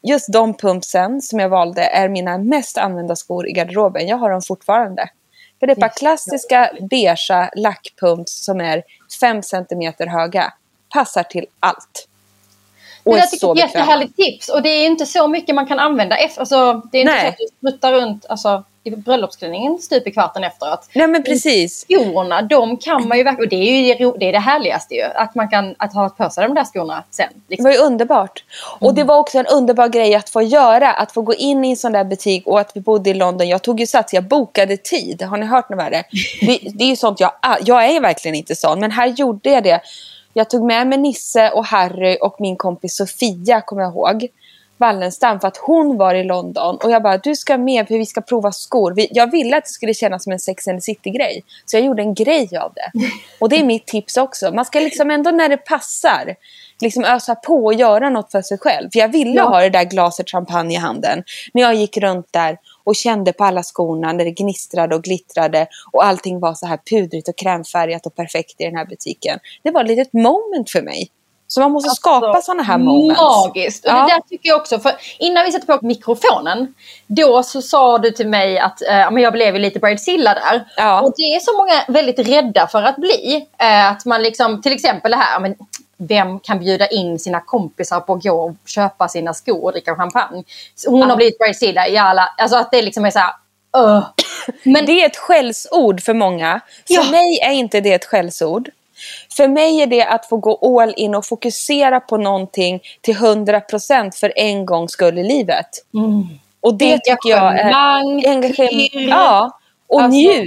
just de pumpsen som jag valde är mina mest använda skor i garderoben. Jag har dem fortfarande. För det är bara klassiska beigea lackpumps som är 5 centimeter höga. Passar till allt. Det jag tycker är ett jättehärligt tips. Och det är inte så mycket man kan använda efter. Alltså, det är inte så att du struttar runt i bröllopsklänningen stup i kvarten efteråt. Nej, men precis. Skorna, de kan man ju verkligen... Och det är det härligaste ju. Att man kan ha på sig de där skorna sen. Liksom. Det var ju underbart. Och det var också en underbar grej att få göra. Att få gå in i en sån där butik. Och att vi bodde i London. Jag tog ju sats, jag bokade tid. Har ni hört något av det? Det är ju sånt jag är verkligen inte sån. Men här gjorde jag det. Jag tog med mig Nisse och Harry och min kompis Sofia, kommer jag ihåg, Wallenstam, för att hon var i London. Och jag bara, du ska med för vi ska prova skor. Jag ville att det skulle kännas som en Sex and the City-grej. Så jag gjorde en grej av det. Och det är mitt tips också. Man ska liksom ändå när det passar liksom ösa på och göra något för sig själv. För jag ville ha det där glaset champagne i handen. När jag gick runt där och kände på alla skorna när det gnistrade och glittrade. Och allting var så här pudrigt och krämfärgat och perfekt i den här butiken. Det var ett litet moment för mig. Så man måste skapa sådana här moments. Magiskt. Och det där tycker jag också. För innan vi sätter på mikrofonen. Då så sa du till mig att men jag blev lite bridezilla där. Ja. Och det är så många väldigt rädda för att bli. Att man liksom, till exempel det här. Men vem kan bjuda in sina kompisar på att gå och köpa sina skor och dricka champagne? Så hon har blivit bridezilla i alla. Alltså att det liksom är så här. Men det är ett skällsord för många. För mig är inte det ett skällsord. För mig är det att få gå all in och fokusera på någonting till 100% för en gång skull i livet. Och det tycker jag är engagemang. Ja, och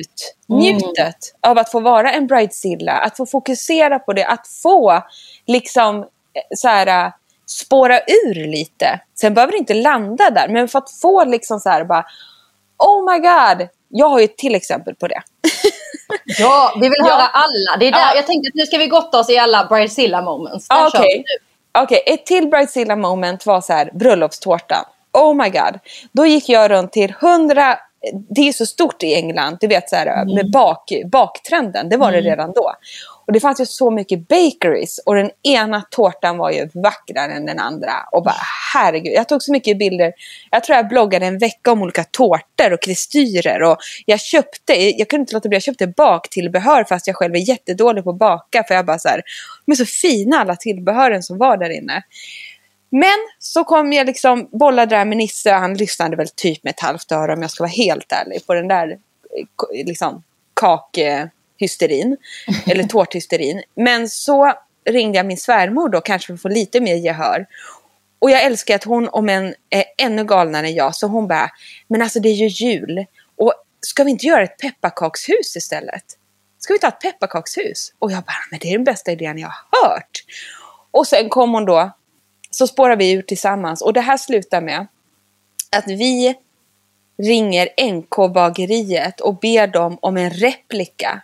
njutet av att få vara en bridezilla, att få fokusera på det, att få liksom så här spåra ur lite. Sen behöver det inte landa där, men för att få liksom så här bara, oh my god, jag har ju ett till exempel på det. Ja, vi vill höra alla. Det är där jag tänkte att nu ska vi gotta oss i alla bridezilla moments. Okej, ett till bridezilla moment var så här, bröllopstårtan. Oh my god. Då gick jag runt till 100, det är så stort i England, du vet så här, med baktrenden, det var det redan då. Och det fanns ju så mycket bakeries. Och den ena tårtan var ju vackrare än den andra. Och bara, herregud. Jag tog så mycket bilder. Jag tror jag bloggade en vecka om olika tårtor och kristyrer. Och jag kunde inte låta bli. Jag köpte baktillbehör fast jag själv är jättedålig på att baka. För jag bara så här, de är så fina alla tillbehören som var där inne. Men så kom jag liksom, bollade där med Nisse. Han lyssnade väl typ med ett halvt öra, om jag ska vara helt ärlig, på den där liksom hysterin eller tårthysterin. Men så ringde jag min svärmor då, kanske för att få lite mer gehör. Och jag älskar att hon, om en är ännu galnare än jag, så hon bara, men alltså det är ju jul. Och ska vi inte göra ett pepparkakshus istället? Ska vi ta ett pepparkakshus? Och jag bara, men det är den bästa idén jag har hört. Och sen kom hon då, så spårar vi ut tillsammans. Och det här slutar med att vi ringer NK-bageriet och ber dem om en replika.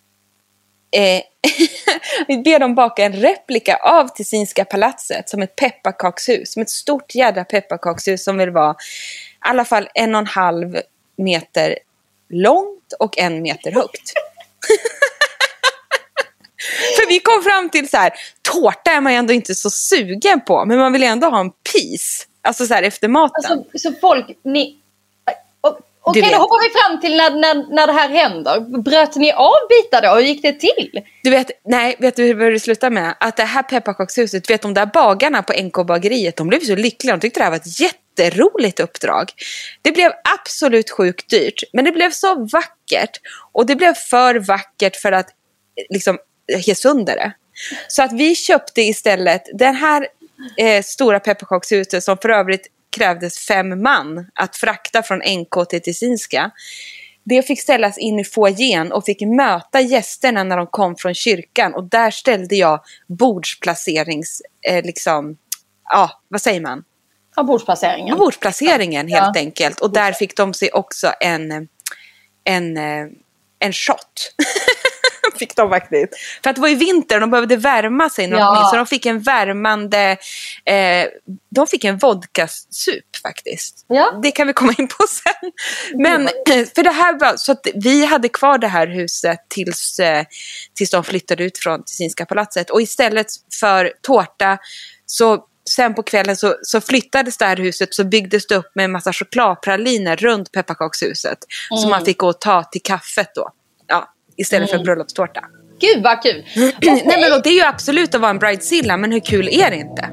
Vi ber dem baka en replika av Tessinska palatset som ett pepparkakshus. Som ett stort jädra pepparkakshus som vill vara i alla fall 1,5 meter långt och 1 meter högt. För vi kom fram till så här, tårta är man ju ändå inte så sugen på, men man vill ändå ha en piece. Alltså så här efter maten. Alltså, så folk, Okej, då hoppar vi fram till när det här händer. Bröt ni av bitar då? Hur gick det till? Vet du hur det slutade med? Att det här pepparkakshuset, vet de där bagarna på NK-bageriet, de blev så lyckliga. De tyckte det här var ett jätteroligt uppdrag. Det blev absolut sjukt dyrt, men det blev så vackert. Och det blev för vackert för att liksom ge sönder det. Så att vi köpte istället den här stora pepparkakshuset, som för övrigt krävdes 5 man att frakta från NK till Tessinska. Det fick ställas in i foajén och fick möta gästerna när de kom från kyrkan. Och där ställde jag bordsplacerings... vad säger man? Ja, bordsplaceringen. Ja, bordsplaceringen helt enkelt. Och där fick de sig också en shot. Fick de faktiskt. För att det var ju vinter och de behövde värma sig. Så de fick en värmande... de fick en vodka-sup faktiskt. Ja. Det kan vi komma in på sen. Men för det här var... Så att vi hade kvar det här huset tills de flyttade ut från Tessinska palatset. Och istället för tårta så sen på kvällen så flyttades det här huset, så byggdes det upp med en massa chokladpraliner runt pepparkakshuset. Som man fick gå och ta till kaffet då. Ja, istället för bröllopstårta. Gud vad kul! Nej, men det är ju absolut att vara en bridezilla, men hur kul är det inte?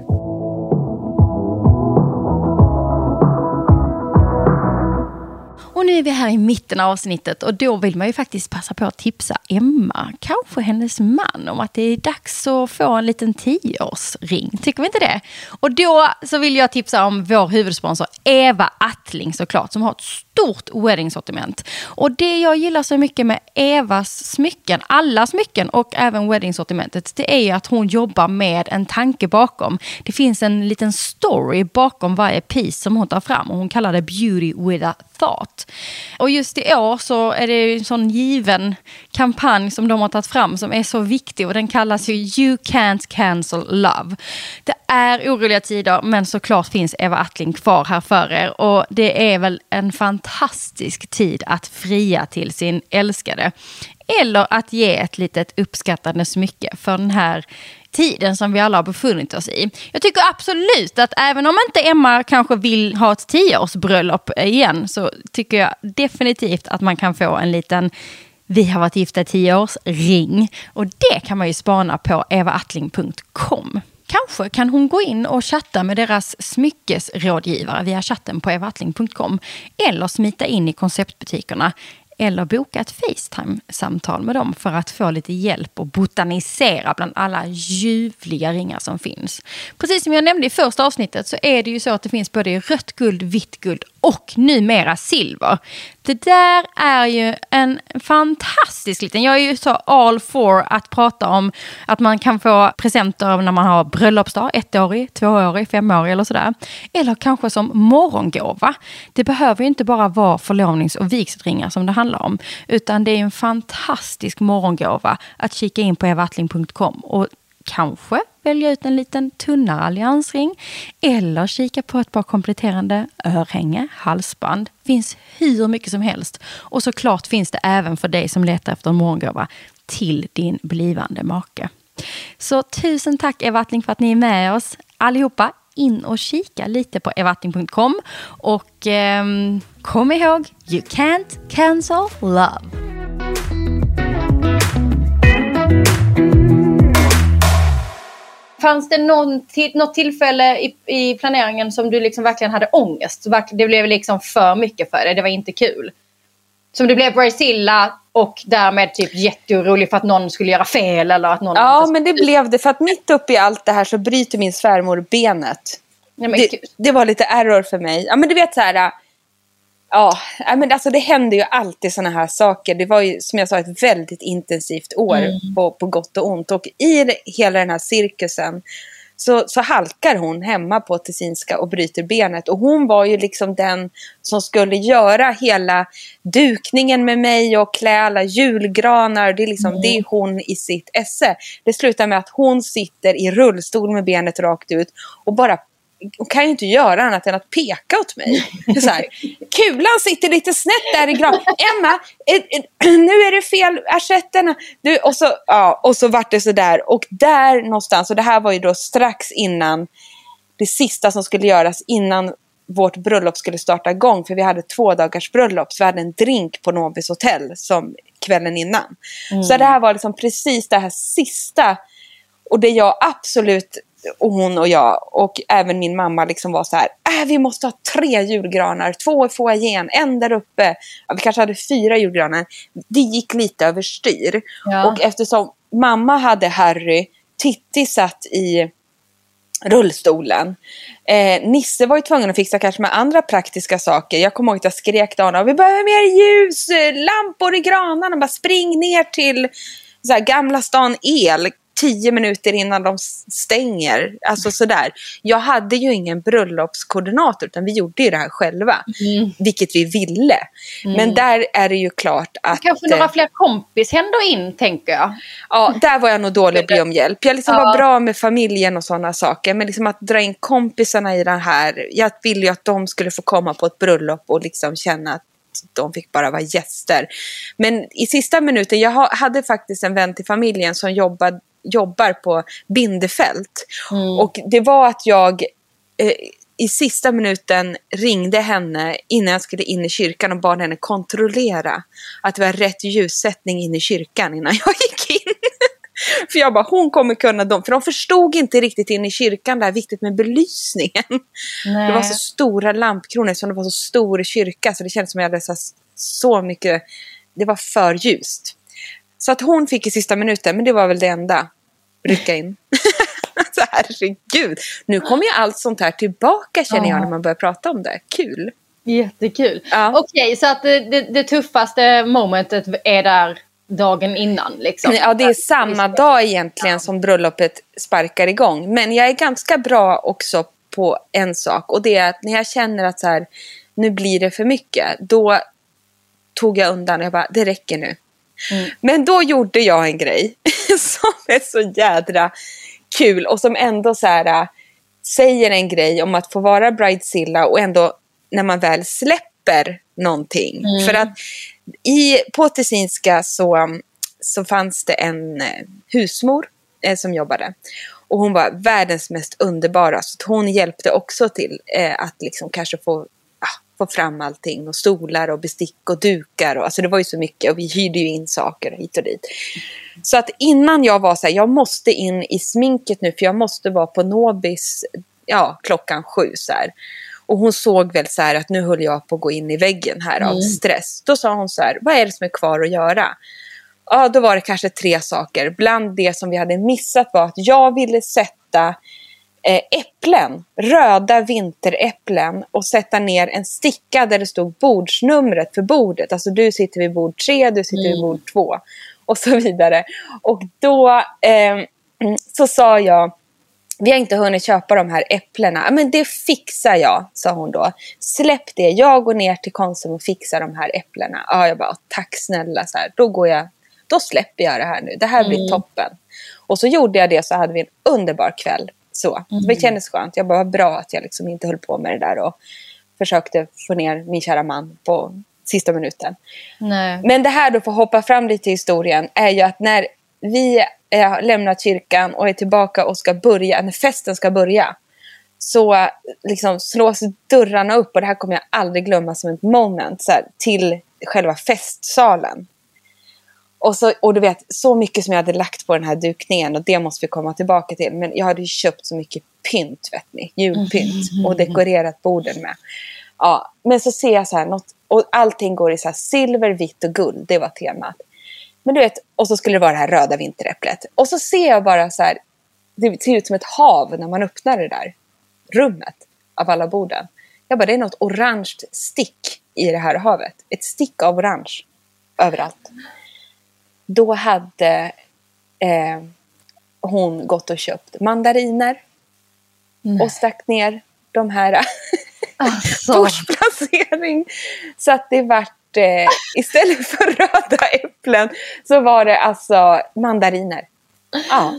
Och nu är vi här i mitten av avsnittet och då vill man ju faktiskt passa på att tipsa Emma, kanske hennes man, om att det är dags att få en liten 10-årsring. Tycker vi inte det? Och då så vill jag tipsa om vår huvudsponsor Eva Attling såklart, som har ett stort wedding-sortiment. Och det jag gillar så mycket med Evas smycken, alla smycken och även wedding-sortimentet, det är ju att hon jobbar med en tanke bakom. Det finns en liten story bakom varje piece som hon tar fram och hon kallar det Beauty with a Thought. Och just i år så är det en sån given kampanj som de har tagit fram som är så viktig och den kallas ju You Can't Cancel Love. Det är oroliga tider men såklart finns Eva Attling kvar här för er och det är väl en fantastisk tid att fria till sin älskade eller att ge ett litet uppskattande smycke för den här tiden som vi alla har befunnit oss i. Jag tycker absolut att även om inte Emma kanske vill ha ett 10-årsbröllop igen så tycker jag definitivt att man kan få en liten vi har varit gifta 10-årsring och det kan man ju spana på evaattling.com. Kanske kan hon gå in och chatta med deras smyckesrådgivare via chatten på evaattling.com eller smita in i konceptbutikerna eller boka ett FaceTime-samtal med dem för att få lite hjälp och botanisera bland alla ljuvliga ringar som finns. Precis som jag nämnde i första avsnittet så är det ju så att det finns både rött guld, vitt guld och numera silver. Det där är ju en fantastisk liten... Jag är ju så all for att prata om att man kan få presenter när man har bröllopsdag, 1-årig, 2-årig, 5-årig eller sådär. Eller kanske som morgongåva. Det behöver ju inte bara vara förlovnings- och vigselringar som det handlar om. Utan det är en fantastisk morgongåva att kika in på evaattling.com och kanske välja ut en liten tunnare alliansring eller kika på ett par kompletterande örhänge, halsband. Finns hur mycket som helst. Och såklart finns det även för dig som letar efter en morgongåva till din blivande make. Så tusen tack Eva Attling för att ni är med oss allihopa. In och kika lite på evaattling.com och kom ihåg, you can't cancel love. Fanns det något tillfälle i planeringen som du liksom verkligen hade ångest? Det blev liksom för mycket för dig, det var inte kul. Som du blev Bridezilla och därmed typ jätteorolig för att någon skulle göra fel eller att någon... Ja, men det blev det för att mitt uppe i allt det här så bryter min svärmor benet. Det var lite error för mig. Ja, men du vet så här... Ja, men alltså det händer ju alltid såna här saker. Det var ju som jag sa ett väldigt intensivt år på gott och ont. Och i hela den här cirkusen så halkar hon hemma på Tessinska och bryter benet. Och hon var ju liksom den som skulle göra hela dukningen med mig och klä alla julgranar. Det är liksom det är hon i sitt esse. Det slutar med att hon sitter i rullstol med benet rakt ut och bara kan ju inte göra annat än att peka åt mig. Så här, kulan sitter lite snett där i graven. Emma, nu är det fel assietterna. Och så vart det så där. Och där någonstans, och det här var ju då strax innan det sista som skulle göras innan vårt bröllop skulle starta igång. För vi hade 2 dagars bröllop. Så vi hade en drink på Nobis hotell som kvällen innan. Så det här var liksom precis det här sista. Och det jag absolut... Och hon och jag och även min mamma liksom var så här, vi måste ha 3 julgranar, 2 i foajén, en där uppe. Ja, vi kanske hade 4 julgranar. Det gick lite överstyr. Ja. Och eftersom mamma hade Harry, Titti satt i rullstolen. Nisse var ju tvungen att fixa kanske med andra praktiska saker. Jag kommer ihåg att jag skrek till honom, vi behöver mer ljus, lampor i granarna. Bara spring ner till så här, Gamla stan el 10 minuter innan de stänger. Alltså sådär. Jag hade ju ingen bröllopskoordinator utan vi gjorde ju det här själva. Vilket vi ville. Men där är det ju klart att... Kanske några fler kompis händer in, tänker jag. Ja, där var jag nog dålig att be om hjälp. Jag liksom var bra med familjen och sådana saker. Men liksom att dra in kompisarna i den här... Jag ville ju att de skulle få komma på ett bröllop och liksom känna att de fick bara vara gäster. Men i sista minuten, jag hade faktiskt en vän till familjen som jobbar på Bindefält. Och det var att jag i sista minuten ringde henne innan jag skulle in i kyrkan och bad henne kontrollera att det var rätt ljussättning in i kyrkan innan jag gick in. För jag bara, hon kommer kunna dem. För de förstod inte riktigt in i kyrkan det här viktigt med belysningen. Nej. Det var så stora lampkronor som det var så stor kyrka. Så det kändes som jag hade så mycket. Det var för ljust. Så att hon fick i sista minuten. Men det var väl det enda. Rycka in. Så herregud. Nu kommer ju allt sånt här tillbaka känner jag när man börjar prata om det. Kul. Jättekul. Ja. Okej, så att det tuffaste momentet är där dagen innan liksom. Ja, det är samma dag egentligen som bröllopet sparkar igång. Men jag är ganska bra också på en sak. Och det är att när jag känner att så här, nu blir det för mycket. Då tog jag undan och jag bara, det räcker nu. Men då gjorde jag en grej som är så jädra kul. Och som ändå så här, säger en grej om att få vara bridezilla. Och ändå när man väl släpper någonting. För att på Tessinska så fanns det en husmor som jobbade. Och hon var världens mest underbara. Så hon hjälpte också till att liksom kanske få fram allting. Och stolar och bestick och dukar. Och, alltså det var ju så mycket. Och vi hyrde ju in saker hit och dit. Så att innan jag var så här, jag måste in i sminket nu. För jag måste vara på Nobis 7:00 så här. Och hon såg väl så här att nu höll jag på att gå in i väggen här av stress. Då sa hon så här, vad är det som är kvar att göra? Ja, då var det kanske 3 saker. Bland det som vi hade missat var att jag ville sätta äpplen, röda vinteräpplen och sätta ner en sticka där det stod bordsnumret för bordet. Alltså du sitter vid bord 3, du sitter vid bord 2 och så vidare. Och då så sa jag, vi har inte hunnit köpa de här äpplena. Men det fixar jag, sa hon då. Släpp det, jag går ner till Konsum och fixar de här äpplena. Ja, jag bara, tack snälla. Så här. Då släpper jag det här nu. Det här blir toppen. Och så gjorde jag det, så hade vi en underbar kväll. Så, det kändes skönt. Jag bara, var bra att jag liksom inte höll på med det där. Och försökte få ner min kära man på sista minuten. Nej. Men det här då, för att hoppa fram lite i historien, är ju att när vi har lämnat kyrkan och är tillbaka och ska börja, när festen ska börja, så liksom slås dörrarna upp, och det här kommer jag aldrig glömma som ett moment så här, till själva festsalen. Och du vet, så mycket som jag hade lagt på den här dukningen, och det måste vi komma tillbaka till, men jag hade ju köpt så mycket pynt, vet ni, julpynt, och dekorerat borden med. Ja, men så ser jag så här något, och allting går i så här silver, vitt och guld, det var temat. Men du vet, och så skulle det vara det här röda vinteräpplet. Och så ser jag bara så här, det ser ut som ett hav när man öppnar det där rummet av alla borden. Jag bara, det är något orange stick i det här havet. Ett stick av orange överallt. Då hade hon gått och köpt mandariner. Och stack ner de här bordsplacering. Så att det vart istället för röda äpplen så var det alltså mandariner. Ja.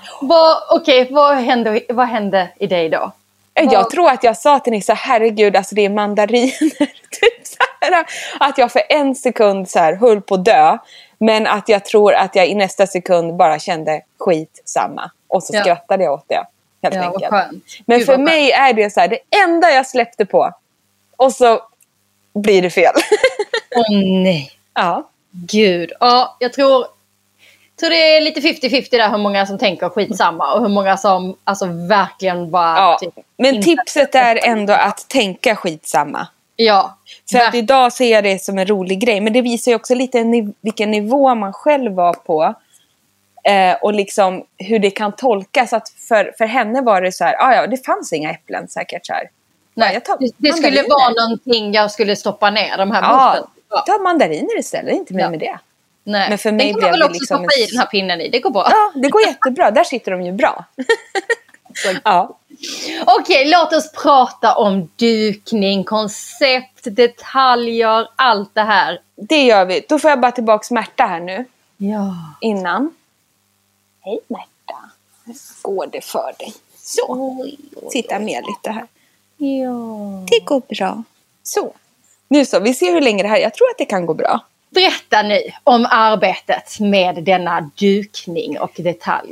Vad hände i dig då? Jag tror att jag sa till Nissa, herregud, alltså det är mandariner. Typ så här, att jag för en sekund så här höll på att dö. Men att jag tror att jag i nästa sekund bara kände skit samma. Och så skrattade jag åt det. Helt enkelt. Men för mig är det så här, det enda jag släppte på. Och så blir det fel. Nej. Ja. Gud. Ja, jag tror det är lite 50-50 där, hur många som tänker skitsamma och hur många som alltså verkligen bara... Ja, typ, men tipset är ändå att tänka skitsamma. Ja. För att idag ser jag det som en rolig grej. Men det visar ju också lite vilken nivå man själv var på. Och liksom hur det kan tolkas. Att för henne var det så här, det fanns inga äpplen säkert så här. Nej, det skulle vara någonting jag skulle stoppa ner, de här borsten. Ta mandariner istället, inte mer med det. Nej. Men för mig blev det liksom stoppa i den här pinnen i, det går bra. Ja, det går jättebra, där sitter de ju bra. Ja. Okej, låt oss prata om dukning, koncept, detaljer, allt det här. Det gör vi, då får jag bara tillbaka Märta här nu. Ja. Innan. Hej Märta, hur går det för dig? Så, sitta med lite här. Ja. Det går bra. Så. Nu så, vi ser hur länge det här. Jag tror att det kan gå bra. Berätta nu om arbetet med denna dukning och detaljer.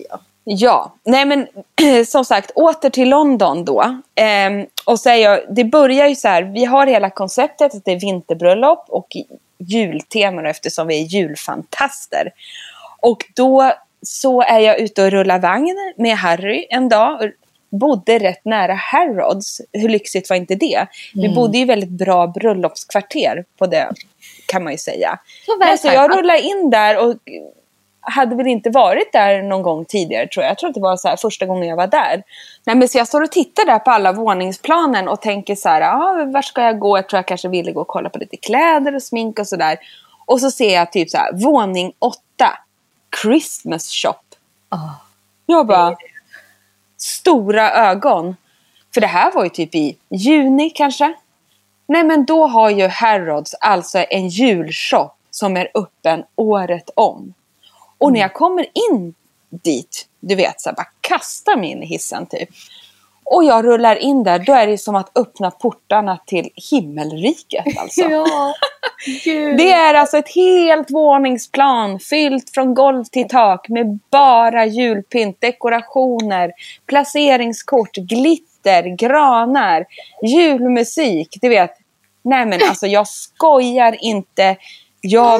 Ja, nej men som sagt, åter till London då. Och det börjar ju så här, vi har hela konceptet att det är vinterbröllop och jultema eftersom vi är julfantaster. Och då så är jag ute och rullar vagn med Harry en dag. Bodde rätt nära Harrods. Hur lyxigt var inte det? Vi bodde i väldigt bra bröllopskvarter på det, kan man ju säga. Så jag rullar in där och hade väl inte varit där någon gång tidigare, tror jag. Jag tror att det var så här första gången jag var där. Nej, men så jag står och tittar där på alla våningsplanen och tänker så här, var ska jag gå? Jag tror jag kanske ville gå och kolla på lite kläder och smink och sådär. Och så ser jag typ så här, våning 8, Christmas shop. Jag bara, stora ögon. För det här var ju typ i juni kanske. Nej, men då har ju Harrods alltså en julshop som är öppen året om. Och när jag kommer in dit, du vet, så här, bara kastar mig in i hissen typ. Och jag rullar in där, då är det som att öppna portarna till himmelriket alltså. Ja, det är alltså ett helt våningsplan fyllt från golv till tak med bara julpynt, dekorationer, placeringskort, glitter, granar, julmusik, du vet. Nej men alltså jag skojar inte, jag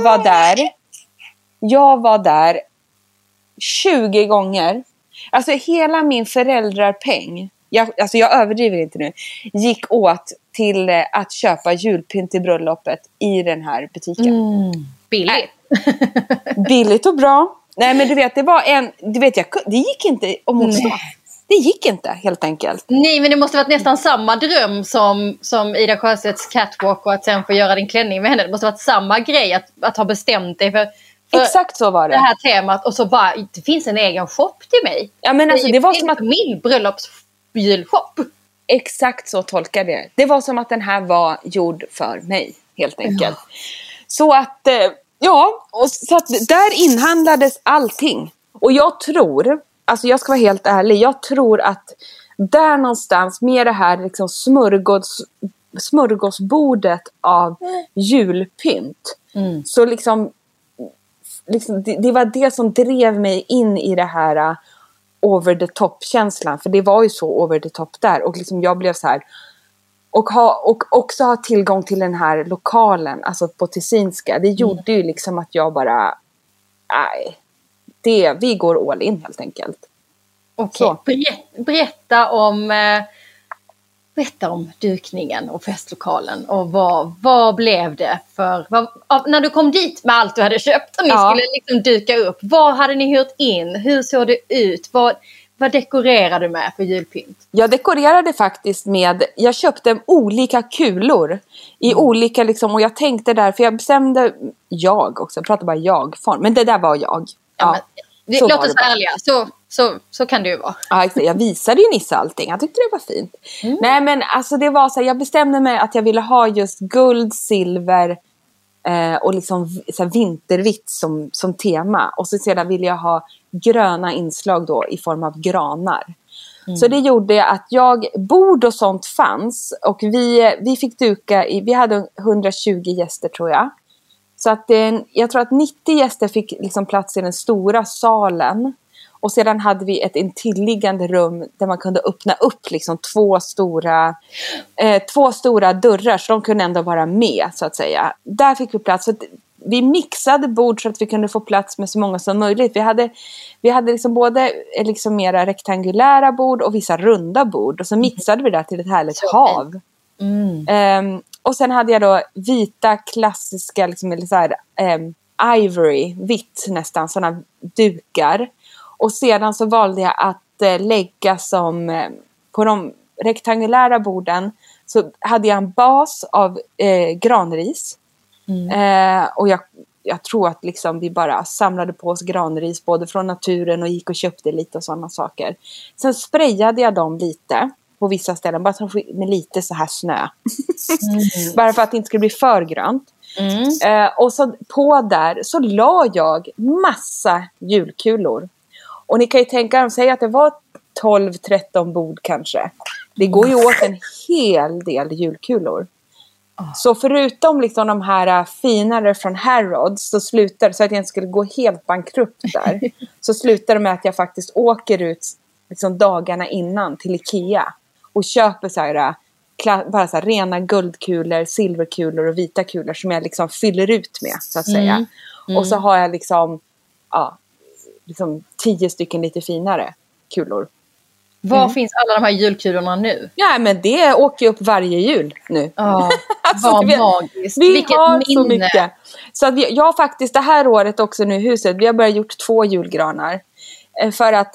var där 20 gånger. Alltså hela min föräldrapeng, jag överdriver inte nu, gick åt till att köpa julpynt till bröllopet i den här butiken. Billigt. Billigt och bra. Nej men du vet, det var det gick inte att motstå. Det gick inte, helt enkelt. Nej, men det måste varit nästan samma dröm som Ida Sjöstedts catwalk och att sen få göra din klänning med henne. Det måste varit samma grej att ha bestämt dig för exakt så var det. Det här temat och så bara, det finns en egen shop till mig. Ja, men alltså, det var som att min bröllopsjulshop. Exakt så tolkade jag det. Det var som att den här var gjord för mig, helt enkelt. Så att, så att där inhandlades allting. Och jag tror, alltså jag ska vara helt ärlig, jag tror att där någonstans med det här liksom smörgåsbordet av julpynt, så liksom det var det som drev mig in i det här over the top-känslan. För det var ju så over the top där. Och liksom jag blev så här. Och också ha tillgång till den här lokalen, alltså på Tessinska. Det gjorde ju liksom att jag bara, vi går all in helt enkelt. Okej, berätta om dukningen och festlokalen och vad blev det för när du kom dit med allt du hade köpt och ni skulle liksom duka upp, vad hade ni hyrt in, hur såg det ut, vad dekorerade du med för julpynt? Jag dekorerade faktiskt jag köpte olika kulor i olika liksom, och jag tänkte där, för jag bestämde jag pratar bara jag-form, men det där var jag. Låt oss vara ärliga, så kan det ju vara. Ja, jag visade ju Nisse allting. Jag tyckte det var fint. Nej, men alltså det var så här, jag bestämde mig att jag ville ha just guld, silver och liksom så här vintervitt som tema. Och så sedan ville jag ha gröna inslag då i form av granar. Så det gjorde att bord och sånt fanns. Och vi fick duka vi hade 120 gäster tror jag. Så att jag tror att 90 gäster fick liksom plats i den stora salen. Och sedan hade vi ett intilliggande rum där man kunde öppna upp liksom två stora dörrar. Så de kunde ändå vara med, så att säga. Där fick vi plats. Så vi mixade bord så att vi kunde få plats med så många som möjligt. Vi hade liksom både liksom mera rektangulära bord och vissa runda bord. Och så mixade vi det till ett härligt hav. Och sen hade jag då vita klassiska liksom, eller så här, ivory, vitt nästan, sådana dukar. Och sedan så valde jag att lägga som på de rektangulära borden så hade jag en bas av granris. Och jag tror att liksom vi bara samlade på oss granris både från naturen och gick och köpte lite och sådana saker. Sen sprayade jag dem lite på vissa ställen, bara med lite så här snö. Bara för att det inte skulle bli för grönt. Och så på där så la jag massa julkulor. Och ni kan ju tänka er, säga att det var 12-13 bord kanske. Det går ju åt en hel del julkulor. Så förutom liksom de här finare från Harrods så slutade, så att jag inte skulle gå helt bankrupt där, så slutade det med att jag faktiskt åker ut liksom dagarna innan till Ikea och köper så här, bara så här rena guldkulor, silverkulor och vita kulor som jag liksom fyller ut med, så att säga. Och så har jag liksom 10 stycken lite finare kulor. Var finns alla de här julkulorna nu? Ja, men det åker ju upp varje jul nu. Ja, alltså, vad magiskt. Vi Vilket har minne. så mycket. Så att jag har faktiskt det här året också nu i huset, vi har börjat gjort 2 julgranar. För att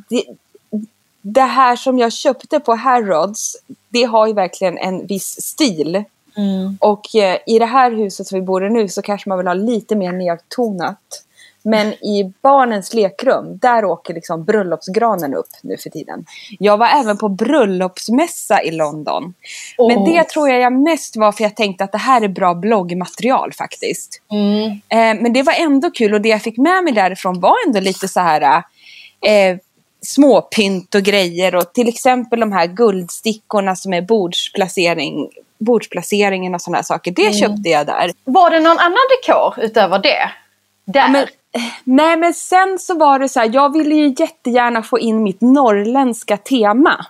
det här som jag köpte på Harrods, det har ju verkligen en viss stil. Och i det här huset som vi bor i nu så kanske man vill ha lite mer nedtonat. Men i barnens lekrum, där åker liksom bröllopsgranen upp nu för tiden. Jag var även på bröllopsmässa i London. Men det tror jag mest var för jag tänkte att det här är bra bloggmaterial faktiskt. Men det var ändå kul, och det jag fick med mig därifrån var ändå lite så här småpynt och grejer. Och till exempel de här guldstickorna som är bordsplaceringen och sådana här saker. Det köpte jag där. Var det någon annan dekor utöver det? Där? Nej, men sen så var det så här, jag ville ju jättegärna få in mitt norrländska tema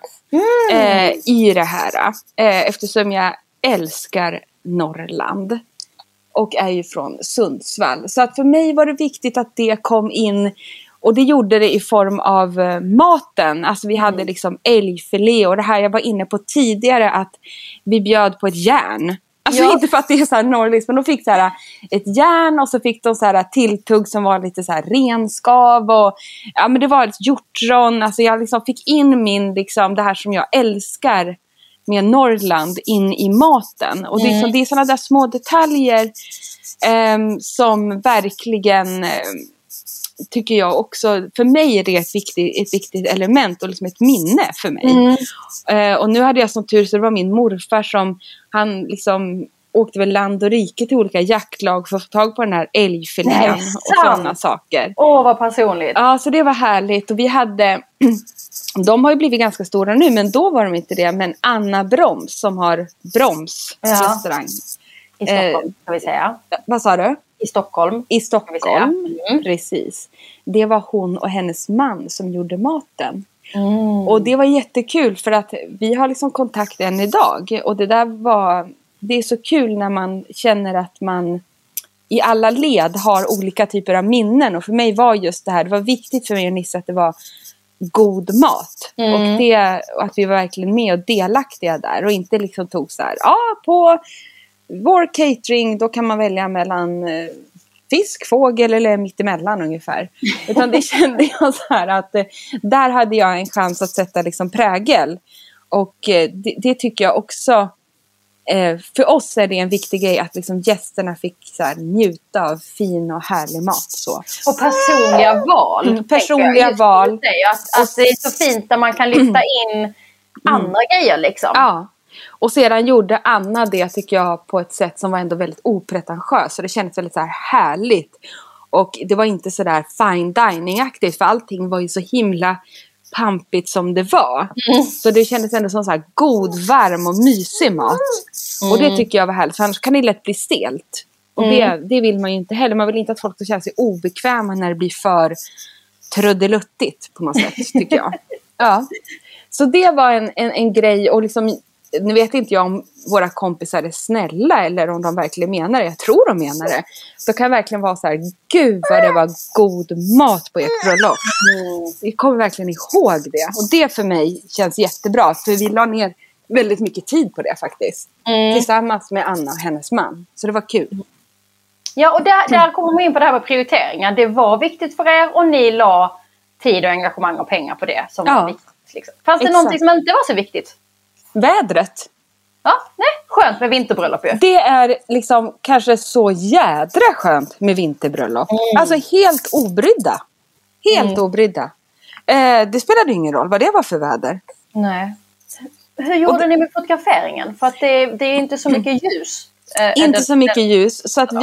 i det här. Eftersom jag älskar Norrland och är ju från Sundsvall. Så att för mig var det viktigt att det kom in, och det gjorde det i form av maten. Alltså vi hade liksom älgfilé, och det här jag var inne på tidigare, att vi bjöd på ett järn. Alltså inte för att det är så här norrländskt, men de fick så här ett järn, och så fick de så här tilltugg som var lite så här renskav, och ja, men det var ett hjortron. Alltså jag liksom fick in min liksom det här som jag älskar med Norrland in i maten. Och det är sådana där små detaljer som verkligen tycker jag också, för mig är det ett viktigt element och liksom ett minne för mig. Och nu hade jag sån tur så det var min morfar som, han liksom åkte väl land och rike till olika jaktlag för att få tag på den här älgfilén och sådana saker. Vad personligt. Ja, så det var härligt. Och vi hade, de har ju blivit ganska stora nu, men då var de inte det. Men Anna Broms som har Broms restaurang. I Stockholm kan vi säga. Vad sa du? I Stockholm. I Stockholm, precis. Det var hon och hennes man som gjorde maten. Och det var jättekul för att vi har liksom kontakt än idag. Och det är så kul när man känner att man i alla led har olika typer av minnen. Och för mig var just det här, det var viktigt för mig och Nisse att det var god mat. Och att vi var verkligen med och delaktiga där. Och inte liksom tog så här, på vår catering, då kan man välja mellan fisk, fågel eller mittemellan ungefär. Utan det kände jag så här att där hade jag en chans att sätta liksom prägel. Och det tycker jag också, för oss är det en viktig grej att liksom gästerna fick så här njuta av fin och härlig mat. Så. Och personliga val. Personliga val. Att det är så fint där man kan lyfta in andra grejer liksom. Ja. Och sedan gjorde Anna det tycker jag på ett sätt som var ändå väldigt opretentiöst. Så det kändes väldigt så här härligt. Och det var inte så där fine dining-aktigt. För allting var ju så himla pampigt som det var. Så det kändes ändå som så här god, varm och mysig mat. Och det tycker jag var härligt. För annars kan det lätt bli stelt. Och det vill man ju inte heller. Man vill inte att folk ska känna sig obekväma när det blir för trödeluttigt på något sätt tycker jag. Ja. Så det var en grej. Och liksom, nu vet inte jag om våra kompisar är snälla eller om de verkligen menar det. Jag tror de menar det. Då kan det verkligen vara så här, gud vad det var god mat på ert bröllop. Vi kommer verkligen ihåg det. Och det för mig känns jättebra. För vi la ner väldigt mycket tid på det faktiskt. Tillsammans med Anna och hennes man. Så det var kul. Ja, och där kommer vi in på det här med prioriteringar. Det var viktigt för er och ni la tid och engagemang och pengar på det som var viktigt. Liksom. Fanns det någonting som inte var så viktigt? Vädret. Ja, nej, skönt med vinterbröllop ju. Det är liksom kanske så jädra skönt med vinterbröllop. Alltså helt obrydda. Helt obrydda. Det spelade ingen roll vad det var för väder. Nej. Hur gjorde ni med fotograferingen? För att det är inte så mycket ljus. Inte så mycket ljus. Så att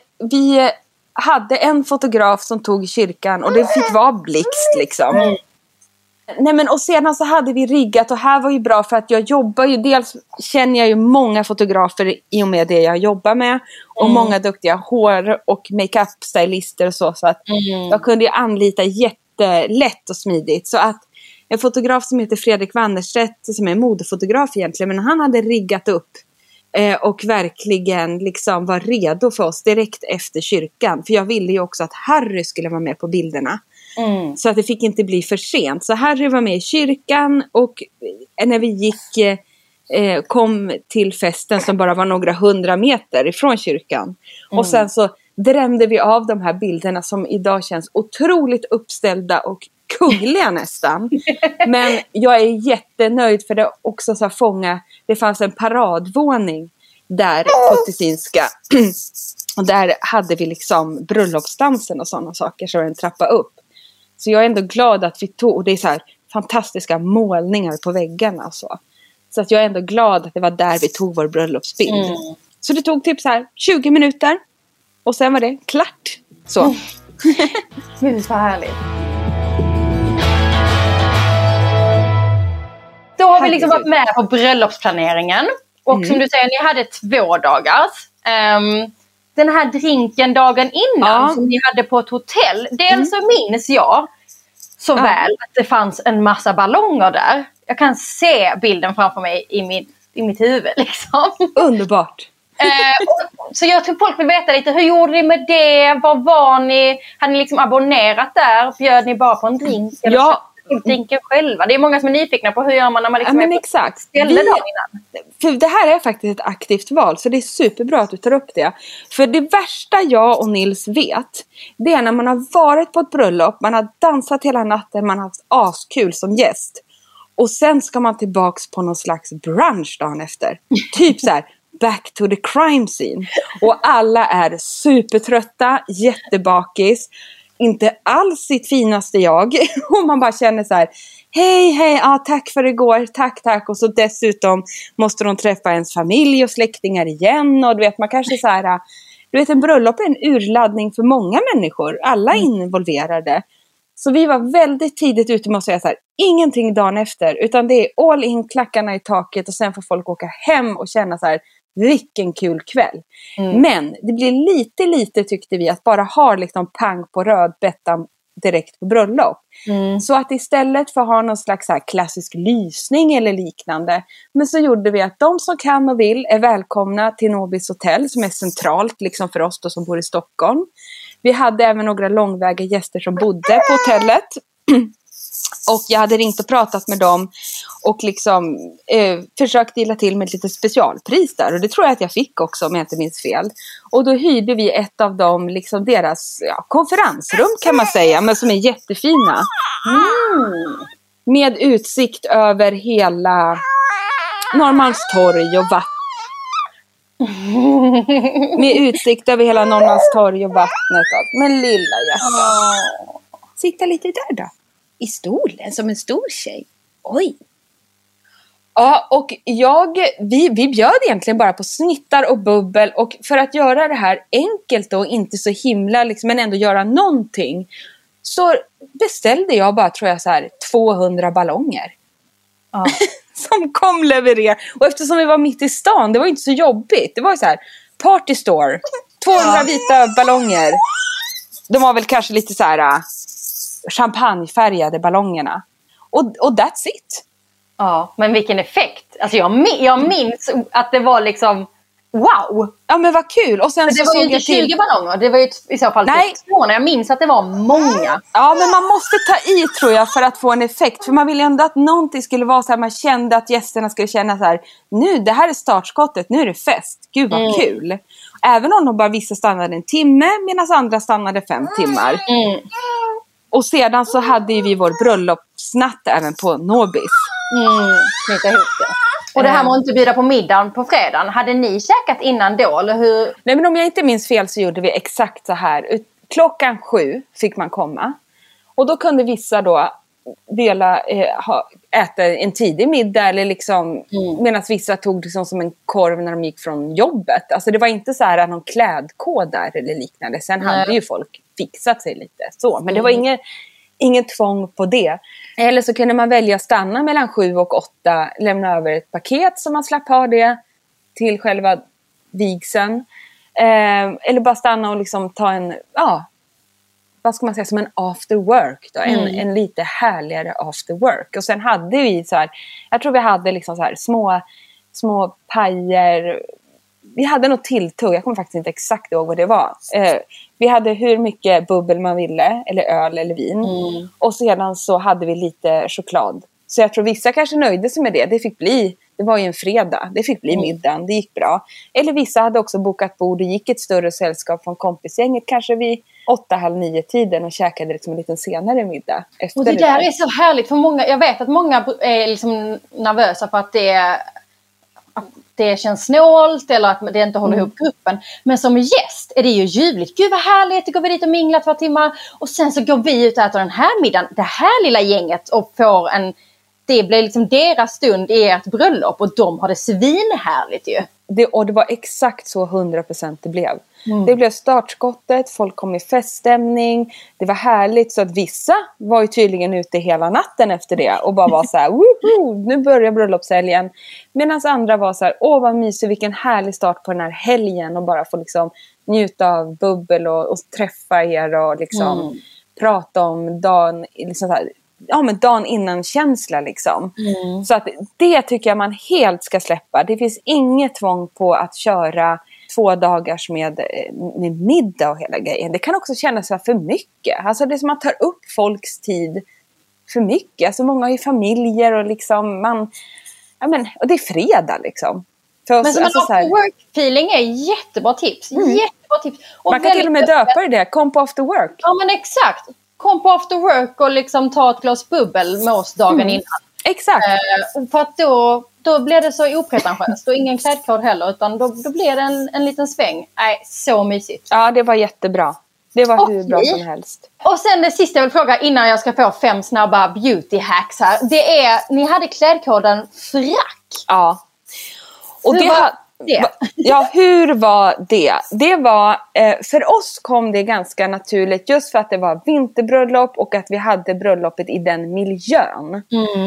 vi hade en fotograf som tog kyrkan och det fick vara blixt liksom. Nej men och sedan så hade vi riggat och här var ju bra för att jag jobbar ju, dels känner jag ju många fotografer i och med det jag jobbar med och många duktiga hår- och makeup-stylister och så att jag kunde ju anlita jättelätt och smidigt. Så att en fotograf som heter Fredrik Wannerstedt som är modefotograf egentligen, men han hade riggat upp och verkligen liksom var redo för oss direkt efter kyrkan. För jag ville ju också att Harry skulle vara med på bilderna. Så att det fick inte bli för sent. Så Harry var med i kyrkan och när vi gick kom till festen som bara var några 100 meter ifrån kyrkan. Och sen så drämde vi av de här bilderna som idag känns otroligt uppställda och kungliga nästan. Men jag är jättenöjd för det också så fånga. Det fanns en paradvåning där på Tessinska. Och där hade vi liksom bröllopsdansen och sådana saker, så en trappa upp. Så jag är ändå glad att vi tog, och det är så här fantastiska målningar på väggarna och så. Så att jag är ändå glad att det var där vi tog vår bröllopsbild. Så det tog typ så här 20 minuter. Och sen var det klart. Så. Gud så härligt. Då har vi liksom varit med på bröllopsplaneringen. Och som du säger, ni hade 2 dagars. Den här drinken dagen innan som ni hade på ett hotell. Dels så minns jag så väl att det fanns en massa ballonger där. Jag kan se bilden framför mig i mitt huvud liksom. Underbart. Så jag tror folk vill veta lite, hur gjorde ni med det? Var var ni? Hade ni liksom abonnerat där? Bjöd ni bara på en drink? Eller drinken själva? Det är många som är nyfikna på hur gör man när man liksom exakt. ställe dagen innan. För det här är faktiskt ett aktivt val, så det är superbra att du tar upp det. För det värsta jag och Nils vet, det är när man har varit på ett bröllop, man har dansat hela natten, man har haft askul som gäst. Och sen ska man tillbaks på någon slags brunch dagen efter. Typ så här, back to the crime scene. Och alla är supertrötta, jättebakis. Inte alls sitt finaste jag. Och man bara känner så här, hej, tack för igår, tack. Och så dessutom måste de träffa ens familj och släktingar igen. Och du vet, man kanske så här, du vet, en bröllop är en urladdning för många människor. Alla involverade. Så vi var väldigt tidigt ute med att säga så här, ingenting dagen efter. Utan det är all in, klackarna i taket och sen får folk åka hem och känna så här, vilken kul kväll. Men det blir lite tyckte vi att bara ha liksom pang på rödbetan direkt på bröllop. Så att istället för att ha någon slags så här klassisk lysning eller liknande, men så gjorde vi att de som kan och vill är välkomna till Nobis hotell som är centralt liksom för oss då som bor i Stockholm. Vi hade även några långväga gäster som bodde på hotellet. Och jag hade ringt och pratat med dem och liksom försökt dela till med ett litet specialpris där. Och det tror jag att jag fick också om jag inte minns fel. Och då hyrde vi ett av dem, liksom deras konferensrum kan man säga, men som är jättefina. Med utsikt över hela Norrmalmstorg och med utsikt över hela Norrmalmstorg och vattnet. Men lilla hjärta. Sitta lite där då. I stolen som en stor tjej. Oj. Ja, och vi bjöd egentligen bara på snittar och bubbel. Och för att göra det här enkelt och inte så himla liksom, men ändå göra någonting, så beställde jag bara, tror jag, så här 200 ballonger. Ja. Som kom leverera. Och eftersom vi var mitt i stan, det var inte så jobbigt. Det var så här, party store. 200 vita ballonger. De var väl kanske lite så här champagnefärgade ballongerna. Och that's it. Ja, men vilken effekt. Alltså jag minns att det var liksom wow. Ja, men vad kul. Och sen men det så var ju inte 20 ballonger. Det var ju i så fall 2. Jag minns att det var många. Ja, men man måste ta i, tror jag, för att få en effekt. För man vill ju ändå att någonting skulle vara så här. Man kände att gästerna skulle känna så här, nu, det här är startskottet. Nu är det fest. Gud vad kul. Även om de bara vissa stannade en timme medan andra stannade 5 timmar. Och sedan så hade ju vi vår bröllopsnatt även på Nobis. Knyta ihop det. Och det här med att inte bjuda på middagen på fredagen. Hade ni käkat innan då? Eller hur? Nej, men om jag inte minns fel så gjorde vi exakt så här. 7:00 fick man komma. Och då kunde vissa då dela, äta en tidig middag. Eller liksom, medan vissa tog liksom som en korv när de gick från jobbet. Alltså det var inte så här någon klädkod där eller liknande. Sen hade ju folk fixat sig lite så. Men det var ingen tvång på det. Eller så kunde man välja att stanna mellan 7 och 8, lämna över ett paket så man slapp ha det till själva vigseln. Eller bara stanna och liksom ta en, vad ska man säga, som en after work då. En lite härligare after work. Och sen hade vi så här, jag tror vi hade liksom så här små pajer. Vi hade något tilltugg, jag kommer faktiskt inte exakt ihåg vad det var. Vi hade hur mycket bubbel man ville, eller öl eller vin. Och sedan så hade vi lite choklad. Så jag tror vissa kanske nöjde sig med det. Det var ju en fredag, det fick bli middagen, det gick bra. Eller vissa hade också bokat bord och gick ett större sällskap från kompisgänget. Kanske vid 8:30 tiden och käkade liksom en liten senare middag. Och det där är så härligt för många. Jag vet att många är liksom nervösa för att det känns snålt eller att det inte håller ihop gruppen. Men som gäst är det ju ljuvligt. Gud vad härligt, då går vi dit och minglar 2 timmar. Och sen så går vi ut och äter den här middagen, det här lilla gänget, och får det blir liksom deras stund i ert bröllop och de har det svinhärligt ju. Det var exakt så 100% det blev. Det blev startskottet, folk kom i feststämning, det var härligt, så att vissa var ju tydligen ute hela natten efter det och bara var så här, woho, nu börjar bröllopshelgen. Medan andra var så här, åh vad mysigt, vilken härlig start på den här helgen, och bara få liksom njuta av bubbel och träffa er och liksom prata om dagen, liksom så här, men dagen innan känsla liksom. Så att det tycker jag man helt ska släppa. Det finns inget tvång på att köra 2 dagars med middag och hela grejen. Det kan också kännas för mycket. Alltså det är som att man tar upp folks tid för mycket. Alltså många har ju familjer och liksom och det är fredag liksom. För oss, men som alltså, en after work feeling är jättebra tips. Jättebra tips. Och man kan till och med döpa det. Kom på after work. Ja men exakt. Kom på after work och liksom ta ett glas bubbel med oss dagen innan. Exakt. För att då blir det så opretentiöst och ingen klädkod heller, utan då blir det en liten sväng. Nej, så mysigt. Ja, det var jättebra. Det var hur bra som helst. Och sen det sista jag vill fråga innan jag ska få 5 snabba beauty hacks här. Det är, ni hade klädkoden frack. Ja. Och hur var det? Ja, hur var det? Det var, för oss kom det ganska naturligt just för att det var vinterbröllop och att vi hade bröllopet i den miljön.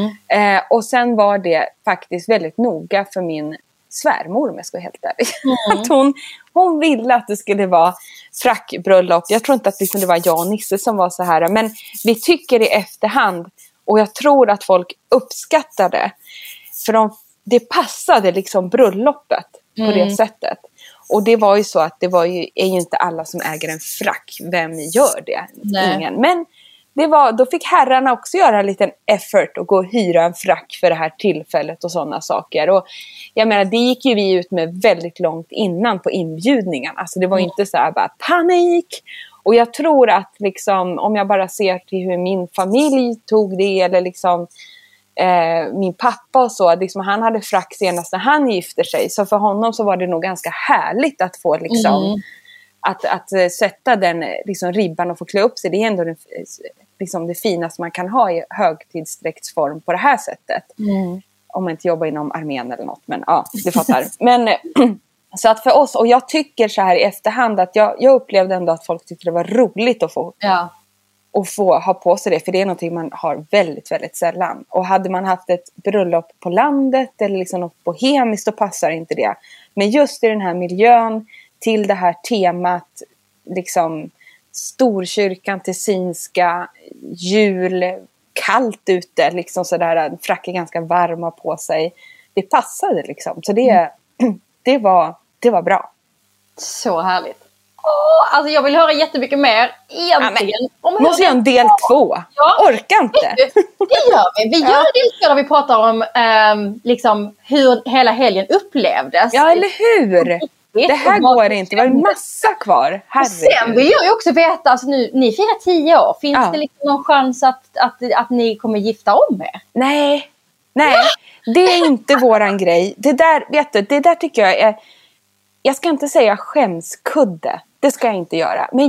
Och sen var det faktiskt väldigt noga för min svärmor, om jag ska vara helt ärlig. Att hon ville att det skulle vara frackbröllop. Jag tror inte att det var jag och Nisse som var så här, men vi tycker i efterhand, och jag tror att folk uppskattar det, för det passade liksom bröllopet på det sättet. Och det var ju så att är ju inte alla som äger en frack. Vem gör det? Nej. Ingen. Men då fick herrarna också göra en liten effort och gå och hyra en frack för det här tillfället och sådana saker. Och jag menar, det gick ju vi ut med väldigt långt innan på inbjudningen. Alltså det var inte så här bara panik. Och jag tror att liksom, om jag bara ser till hur min familj tog det, eller liksom min pappa och så, liksom, han hade frack senast när han gifte sig, så för honom så var det nog ganska härligt att få liksom, att sätta den liksom, ribban och få klä upp sig. Det är ändå liksom, det finaste man kan ha i högtidsdräktsform på det här sättet. Om man inte jobbar inom armén eller något, men ja, du fattar. Men så att för oss, och jag tycker så här i efterhand att jag upplevde ändå att folk tyckte det var roligt att få och få ha på sig det, för det är någonting man har väldigt, väldigt sällan. Och hade man haft ett bröllop på landet eller liksom något bohemiskt, då passar inte det. Men just i den här miljön, till det här temat, liksom Storkyrkan, Tessinska, jul, kallt ute, liksom sådär, frackar ganska varma på sig. Det passade liksom, så det var bra. Så härligt. Alltså jag vill höra jättemycket mer. Egentligen. Måste göra en del 2. Ja. Orkar inte. Det gör vi. Vi gör en del 2 där vi pratar om liksom, hur hela helgen upplevdes. Ja, eller hur? Det här går inte. Det var en massa kvar. Sen vill jag ju också veta, alltså nu, ni firar 10 år. Finns det liksom någon chans att ni kommer gifta om er? Nej. Det är inte våran grej. Det där tycker jag är... Jag ska inte säga skämskudde. Det ska jag inte göra. Men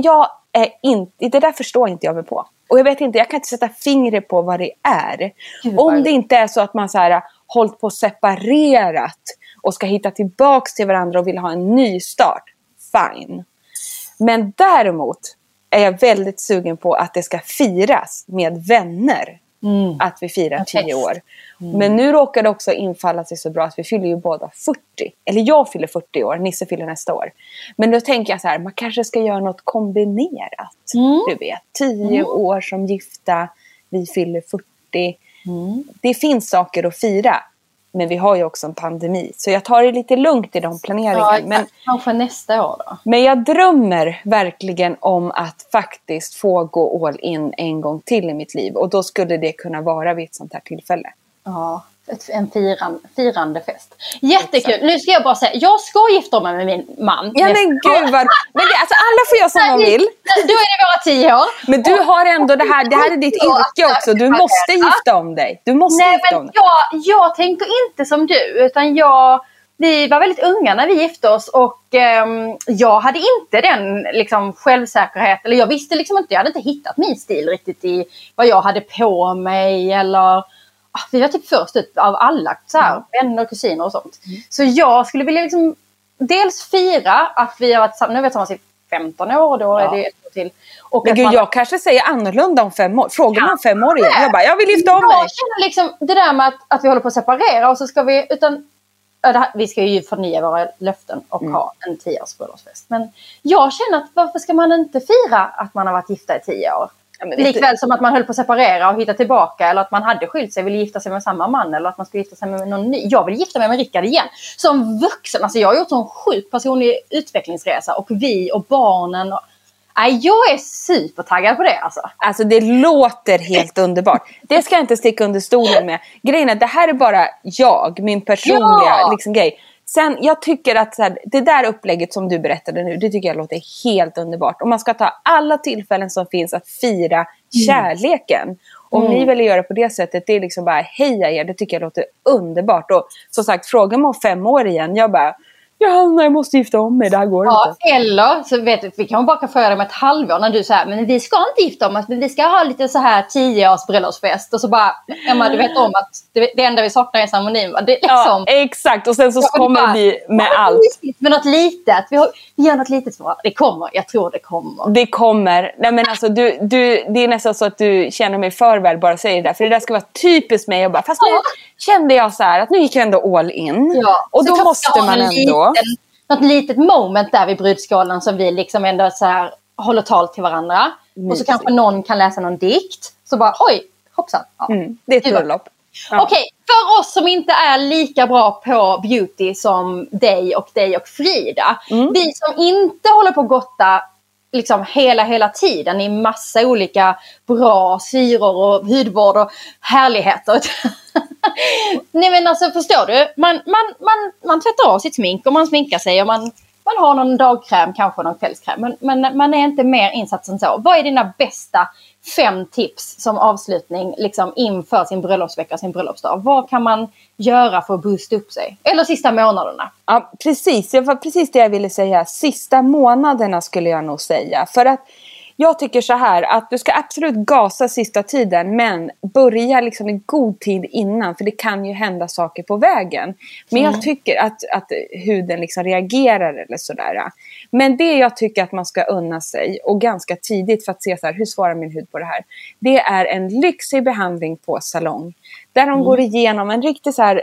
det där förstår inte jag mig på. Och jag vet inte, jag kan inte sätta fingret på vad det är. Om det inte är så att man så här hållit på separerat och ska hitta tillbaks till varandra och vill ha en ny start. Fine. Men däremot är jag väldigt sugen på att det ska firas med vänner. Att vi firar 10 år. Men nu råkar det också infalla sig så bra att vi fyller ju båda 40. Eller jag fyller 40 år, Nisse fyller nästa år. Men då tänker jag så här, man kanske ska göra något kombinerat. Du vet, 10 år som gifta, vi fyller 40. Det finns saker att fira. Men vi har ju också en pandemi. Så jag tar det lite lugnt i de planeringarna. Ja, men kanske nästa år då. Men jag drömmer verkligen om att faktiskt få gå all in en gång till i mitt liv. Och då skulle det kunna vara vid ett sånt här tillfälle. Ja, en firande fest. Jättekul. Nu ska jag bara säga, jag ska gifta mig med min man. Ja men gud vad... Men det, alltså alla får göra som de vill. Då är det våra 10 år. Men du har ändå det här är ditt yrke också. Du måste gifta om dig. Du måste gifta om dig. Jag tänker inte som du, utan vi var väldigt unga när vi gifte oss och jag hade inte den liksom, självsäkerhet, eller jag visste liksom inte, jag hade inte hittat min stil riktigt i vad jag hade på mig eller... Vi var typ först ut av alla så här, vänner och kusiner och sånt. Så jag skulle vilja liksom dels fira att vi har varit nu vet jag, 15 år och då är det ett år till. Och men gud, jag kanske säger annorlunda om 5 år. Frågar man 5 år igen? Jag vill lyfta om mig. Jag känner liksom det där med att vi håller på att separera och så ska vi, vi ska ju förnya våra löften och ha en 10-års bröllopsfest. Men jag känner att varför ska man inte fira att man har varit gifta i 10 år? Likväl som att man höll på att separera och hitta tillbaka, eller att man hade skilt sig, ville gifta sig med samma man, eller att man skulle gifta sig med någon ny. Jag vill gifta mig med Rickard igen. Som vuxen, alltså jag har gjort en sjuk personlig utvecklingsresa och vi och barnen. Jag är supertaggad på det alltså. Alltså det låter helt underbart. Det ska jag inte sticka under stolen med. Grejen är, det här är bara min personliga liksom, grej. Sen, jag tycker att så här, det där upplägget som du berättade nu, det tycker jag låter helt underbart. Och man ska ta alla tillfällen som finns att fira kärleken. Om ni vill göra på det sättet, det är liksom bara heja er, det tycker jag låter underbart. Och som sagt, frågar man om 5 år igen, jag bara... jag måste gifta om mig, det här går inte. Eller så vet du, vi kan bara få göra med ett halvår när du säger, men vi ska inte gifta om oss, men vi ska ha lite så här 10-års bröllopsfest. Och så bara, Emma, du vet om att det enda vi saknar är ceremonin. Det är liksom, ja, exakt. Och sen så kommer vi med allt. Men något litet, vi gör något litet för det kommer, jag tror det kommer. Det kommer. Nej men alltså, det är nästan så att du känner mig för väl bara säger det där. För det där ska vara typiskt mig. Och bara, fast nu kände jag så här att nu gick jag ändå all in. Ja. Och då måste man ändå... något litet moment där vid brudskålen som vi liksom ändå så här håller tal till varandra. Och så kanske någon kan läsa någon dikt. Så bara, oj, hoppsan. Ja. Det är ett bröllop. Ja. Okej, för oss som inte är lika bra på beauty som dig och Frida. Vi som inte håller på att gotta liksom hela tiden i massa olika bra syror och hudvård och härligheter. Nej men alltså, förstår du? Man tvättar av sitt smink och man sminkar sig och man har någon dagkräm, kanske någon kvällskräm. Men man är inte mer insatt än så. Vad är dina bästa 5 tips som avslutning liksom inför sin bröllopsvecka och sin bröllopsdag? Vad kan man göra för att boosta upp sig? Eller sista månaderna? Ja, precis. Det var precis det jag ville säga. Sista månaderna skulle jag nog säga. För att jag tycker så här, att du ska absolut gasa sista tiden, men börja liksom i god tid innan, för det kan ju hända saker på vägen. Men jag tycker att huden liksom reagerar eller sådär. Men det jag tycker att man ska unna sig, och ganska tidigt för att se så här, hur svarar min hud på det här? Det är en lyxig behandling på salong. Där de går igenom en riktig så här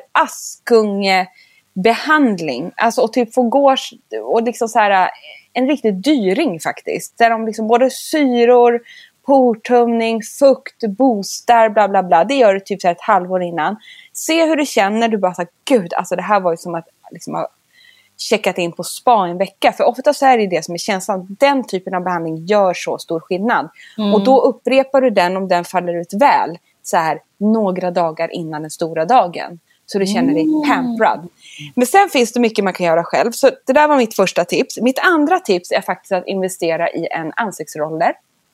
askungebehandling. Alltså och typ få gå och liksom så här... en riktig dyring faktiskt. Där de liksom både syror, portumning, fukt, boostar, bla bla bla. Det gör du typ så här ett halvår innan. Se hur du känner. Du bara sagt, gud, alltså det här var ju som att liksom ha checkat in på spa en vecka. För ofta så är det som är känslan. Den typen av behandling gör så stor skillnad. Och då upprepar du den om den faller ut väl. Så här några dagar innan den stora dagen. Så du känner dig pamperad. Men sen finns det mycket man kan göra själv. Så det där var mitt första tips. Mitt andra tips är faktiskt att investera i en ansiktsroller.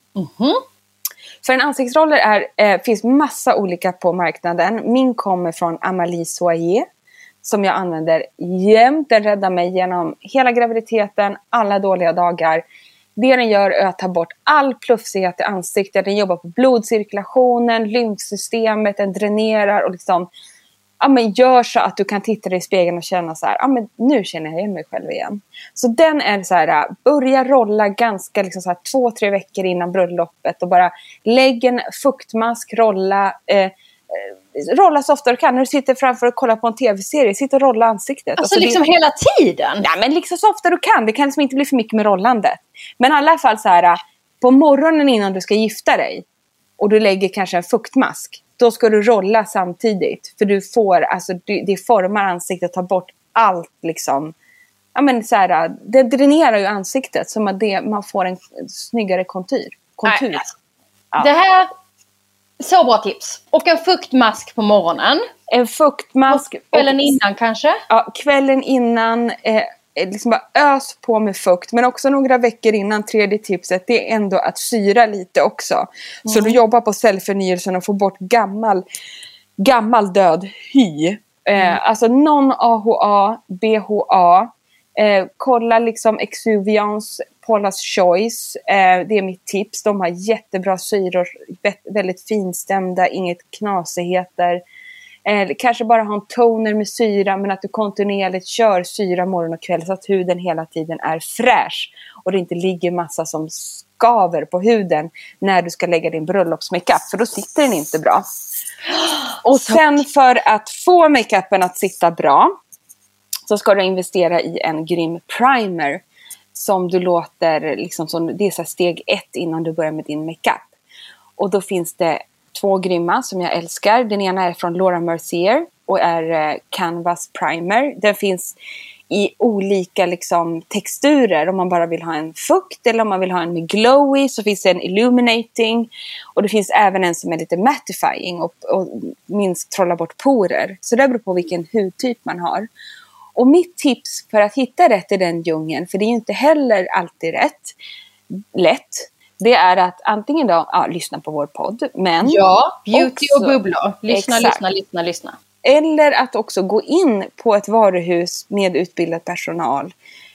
För en ansiktsroller finns massa olika på marknaden. Min kommer från Amalie Soyer. Som jag använder jämt. Den räddar mig genom hela graviditeten. Alla dåliga dagar. Det den gör är att ta bort all plufsighet i ansiktet. Den jobbar på blodcirkulationen, lymfsystemet. Den dränerar och liksom... ja, men gör så att du kan titta dig i spegeln och känna så här, ja, men nu känner jag igen mig själv igen. Så den är så här, börja rolla ganska liksom så här 2-3 veckor innan bröllopet och bara lägg en fuktmask, rolla så ofta du kan. När du sitter framför och kollar på en tv-serie, sitt och rolla ansiktet. Alltså liksom hela tiden? Ja, men liksom så ofta du kan. Det kan liksom inte bli för mycket med rollandet. Men i alla fall så här, på morgonen innan du ska gifta dig och du lägger kanske en fuktmask, då ska du rolla samtidigt. För du får, alltså det formar ansiktet, tar bort allt liksom. Ja, men så här, det dränerar ju ansiktet så att man får en snyggare kontur. Nej, alltså. Ja. Det här, så bra tips. Och en fuktmask på morgonen. En fuktmask. Och kvällen innan kanske? Ja, kvällen innan. Liksom bara ös på med fukt. Men också några veckor innan. Tredje tipset, det är ändå att syra lite också. Så du jobbar på cellförnyelsen och får bort gammal död hy. Alltså non-AHA, BHA. Kolla liksom Exuviance, Paula's Choice. Det är mitt tips. De har jättebra syror. Väldigt finstämda, inget knasigheter. Kanske bara ha en toner med syra, men att du kontinuerligt kör syra morgon och kväll så att huden hela tiden är fräsch. Och det inte ligger massa som skaver på huden när du ska lägga din bröllopsmakeup. För då sitter den inte bra. Och sen för att få makeupen att sitta bra så ska du investera i en grym primer som du låter, liksom, som, det är så steg 1 innan du börjar med din makeup. Och då finns det 2 grymma som jag älskar. Den ena är från Laura Mercier och är Canvas Primer. Den finns i olika liksom, texturer. Om man bara vill ha en fukt eller om man vill ha en med glowy, så finns det en illuminating. Och det finns även en som är lite mattifying och minst trollar bort porer. Så det beror på vilken hudtyp man har. Och mitt tips för att hitta rätt i den djungeln, för det är ju inte heller alltid lätt, det är att antingen då, lyssna på vår podd, men ja, beauty också, och bubblor. Lyssna. Eller att också gå in på ett varuhus med utbildad personal.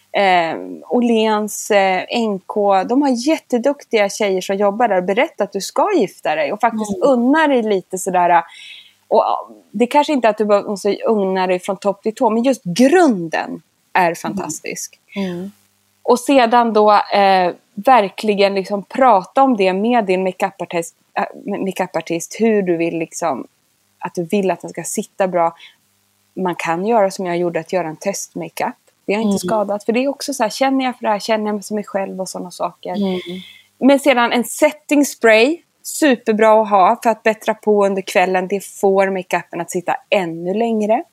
Åhléns, NK, de har jätteduktiga tjejer som jobbar där och berättar att du ska gifta dig. Och faktiskt unna dig lite sådär. Och det kanske inte är att du måste unna dig från topp till tå, men just grunden är fantastisk. Och sedan då verkligen liksom prata om det med din makeupartist, hur du vill liksom, att du vill att den ska sitta bra. Man kan göra som jag gjorde, att göra en testmakeup. Det har inte skadat, för det är också så här, känner jag för det här, känner jag mig som mig själv och sådana saker. Men sedan en setting spray, superbra att ha för att bättra på under kvällen. Det får makeupen att sitta ännu längre.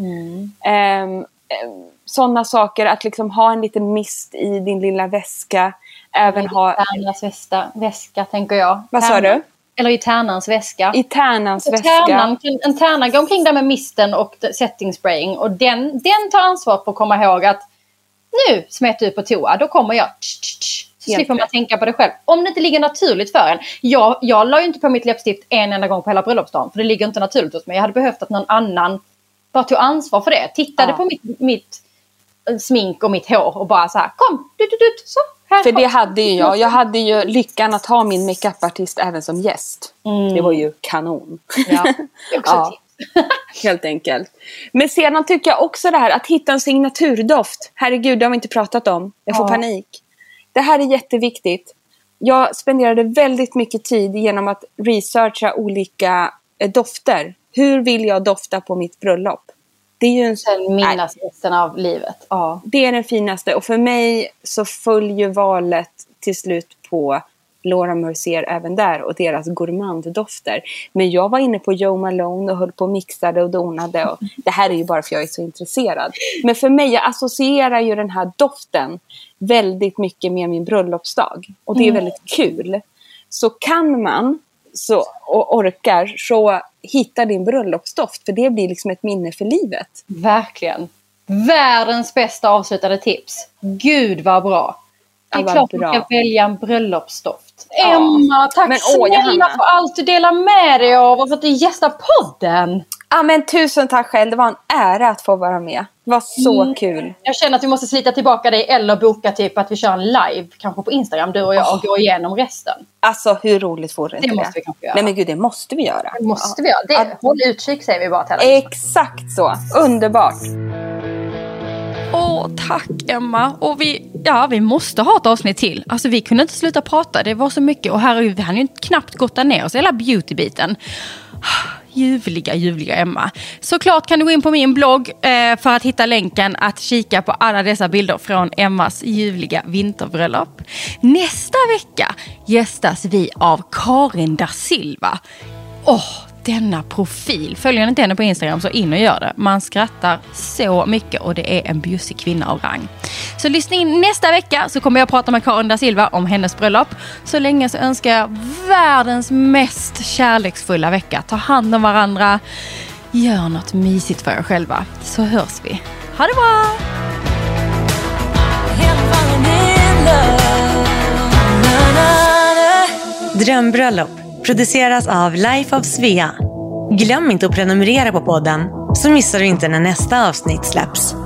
Sådana saker, att liksom ha en liten mist i din lilla väska. Även ha Tärnans väska tänker jag. Vad sa du? Eller i tärnans väska. I tärnans väska. En tärna går omkring där med misten och setting spraying. Och den tar ansvar för att komma ihåg att nu smetar du på toa, då kommer jag. Så slipper man tänka på det själv. Om det inte ligger naturligt för en. Jag la ju inte på mitt läppstift en enda gång på hela bröllopsdagen. För det ligger inte naturligt hos mig. Jag hade behövt att någon annan bara tog ansvar för det. Tittade på mitt smink och mitt hår och bara så här, kom, så. Här, för det hade ju jag. Jag hade ju lyckan att ha min makeupartist även som gäst. Det var ju kanon. Ja, det är också tips. Helt enkelt. Men sedan tycker jag också det här att hitta en signaturdoft. Herregud, det har vi inte pratat om. Jag får panik. Det här är jätteviktigt. Jag spenderade väldigt mycket tid genom att researcha olika dofter. Hur vill jag dofta på mitt bröllop? Det är ju minnas resten av livet. Ja. Det är den finaste. Och för mig så följer valet till slut på Laura Mercier även där. Och deras gourmanddofter. Men jag var inne på Jo Malone och höll på och mixade och donade. Och det här är ju bara för jag är så intresserad. Men för mig, jag associerar ju den här doften väldigt mycket med min bröllopsdag. Och det är väldigt kul. Så kan man och orkar, så hitta din bröllopsdoft, för det blir liksom ett minne för livet. Verkligen. Världens bästa avslutade tips. Gud vad bra. Det är klart man ska välja en bröllopsdoft. Emma, tack snälla för allt du delar med dig av och för att du gästar podden. Ja, men tusen tack själv. Det var en ära att få vara med. Det var så kul. Jag känner att vi måste slita tillbaka dig eller boka typ att vi kör en live kanske på Instagram, du och jag, och går igenom resten. Alltså hur roligt vore inte det? Det måste vi kanske göra. Nej men gud, det måste vi göra. Det måste vi göra. Håll utkik säger vi bara till alla. Exakt så. Underbart. Tack Emma. Och vi måste ha ett avsnitt till. Alltså vi kunde inte sluta prata. Det var så mycket. Och här vi hann ju knappt gotta ner oss. Hela beautybiten. Ljuvliga Emma. Såklart kan du gå in på min blogg för att hitta länken att kika på alla dessa bilder från Emmas ljuvliga vinterbröllop. Nästa vecka gästas vi av Karin da Silva. Denna profil. Följer ni inte henne på Instagram så in och gör det. Man skrattar så mycket och det är en bjussig kvinna av rang. Så lyssna in nästa vecka så kommer jag prata med Karin da Silva om hennes bröllop. Så länge så önskar jag världens mest kärleksfulla vecka. Ta hand om varandra. Gör något mysigt för er själva. Så hörs vi. Ha det bra! Drömbröllop produceras av Life of Svea. Glöm inte att prenumerera på podden så missar du inte när nästa avsnitt släpps.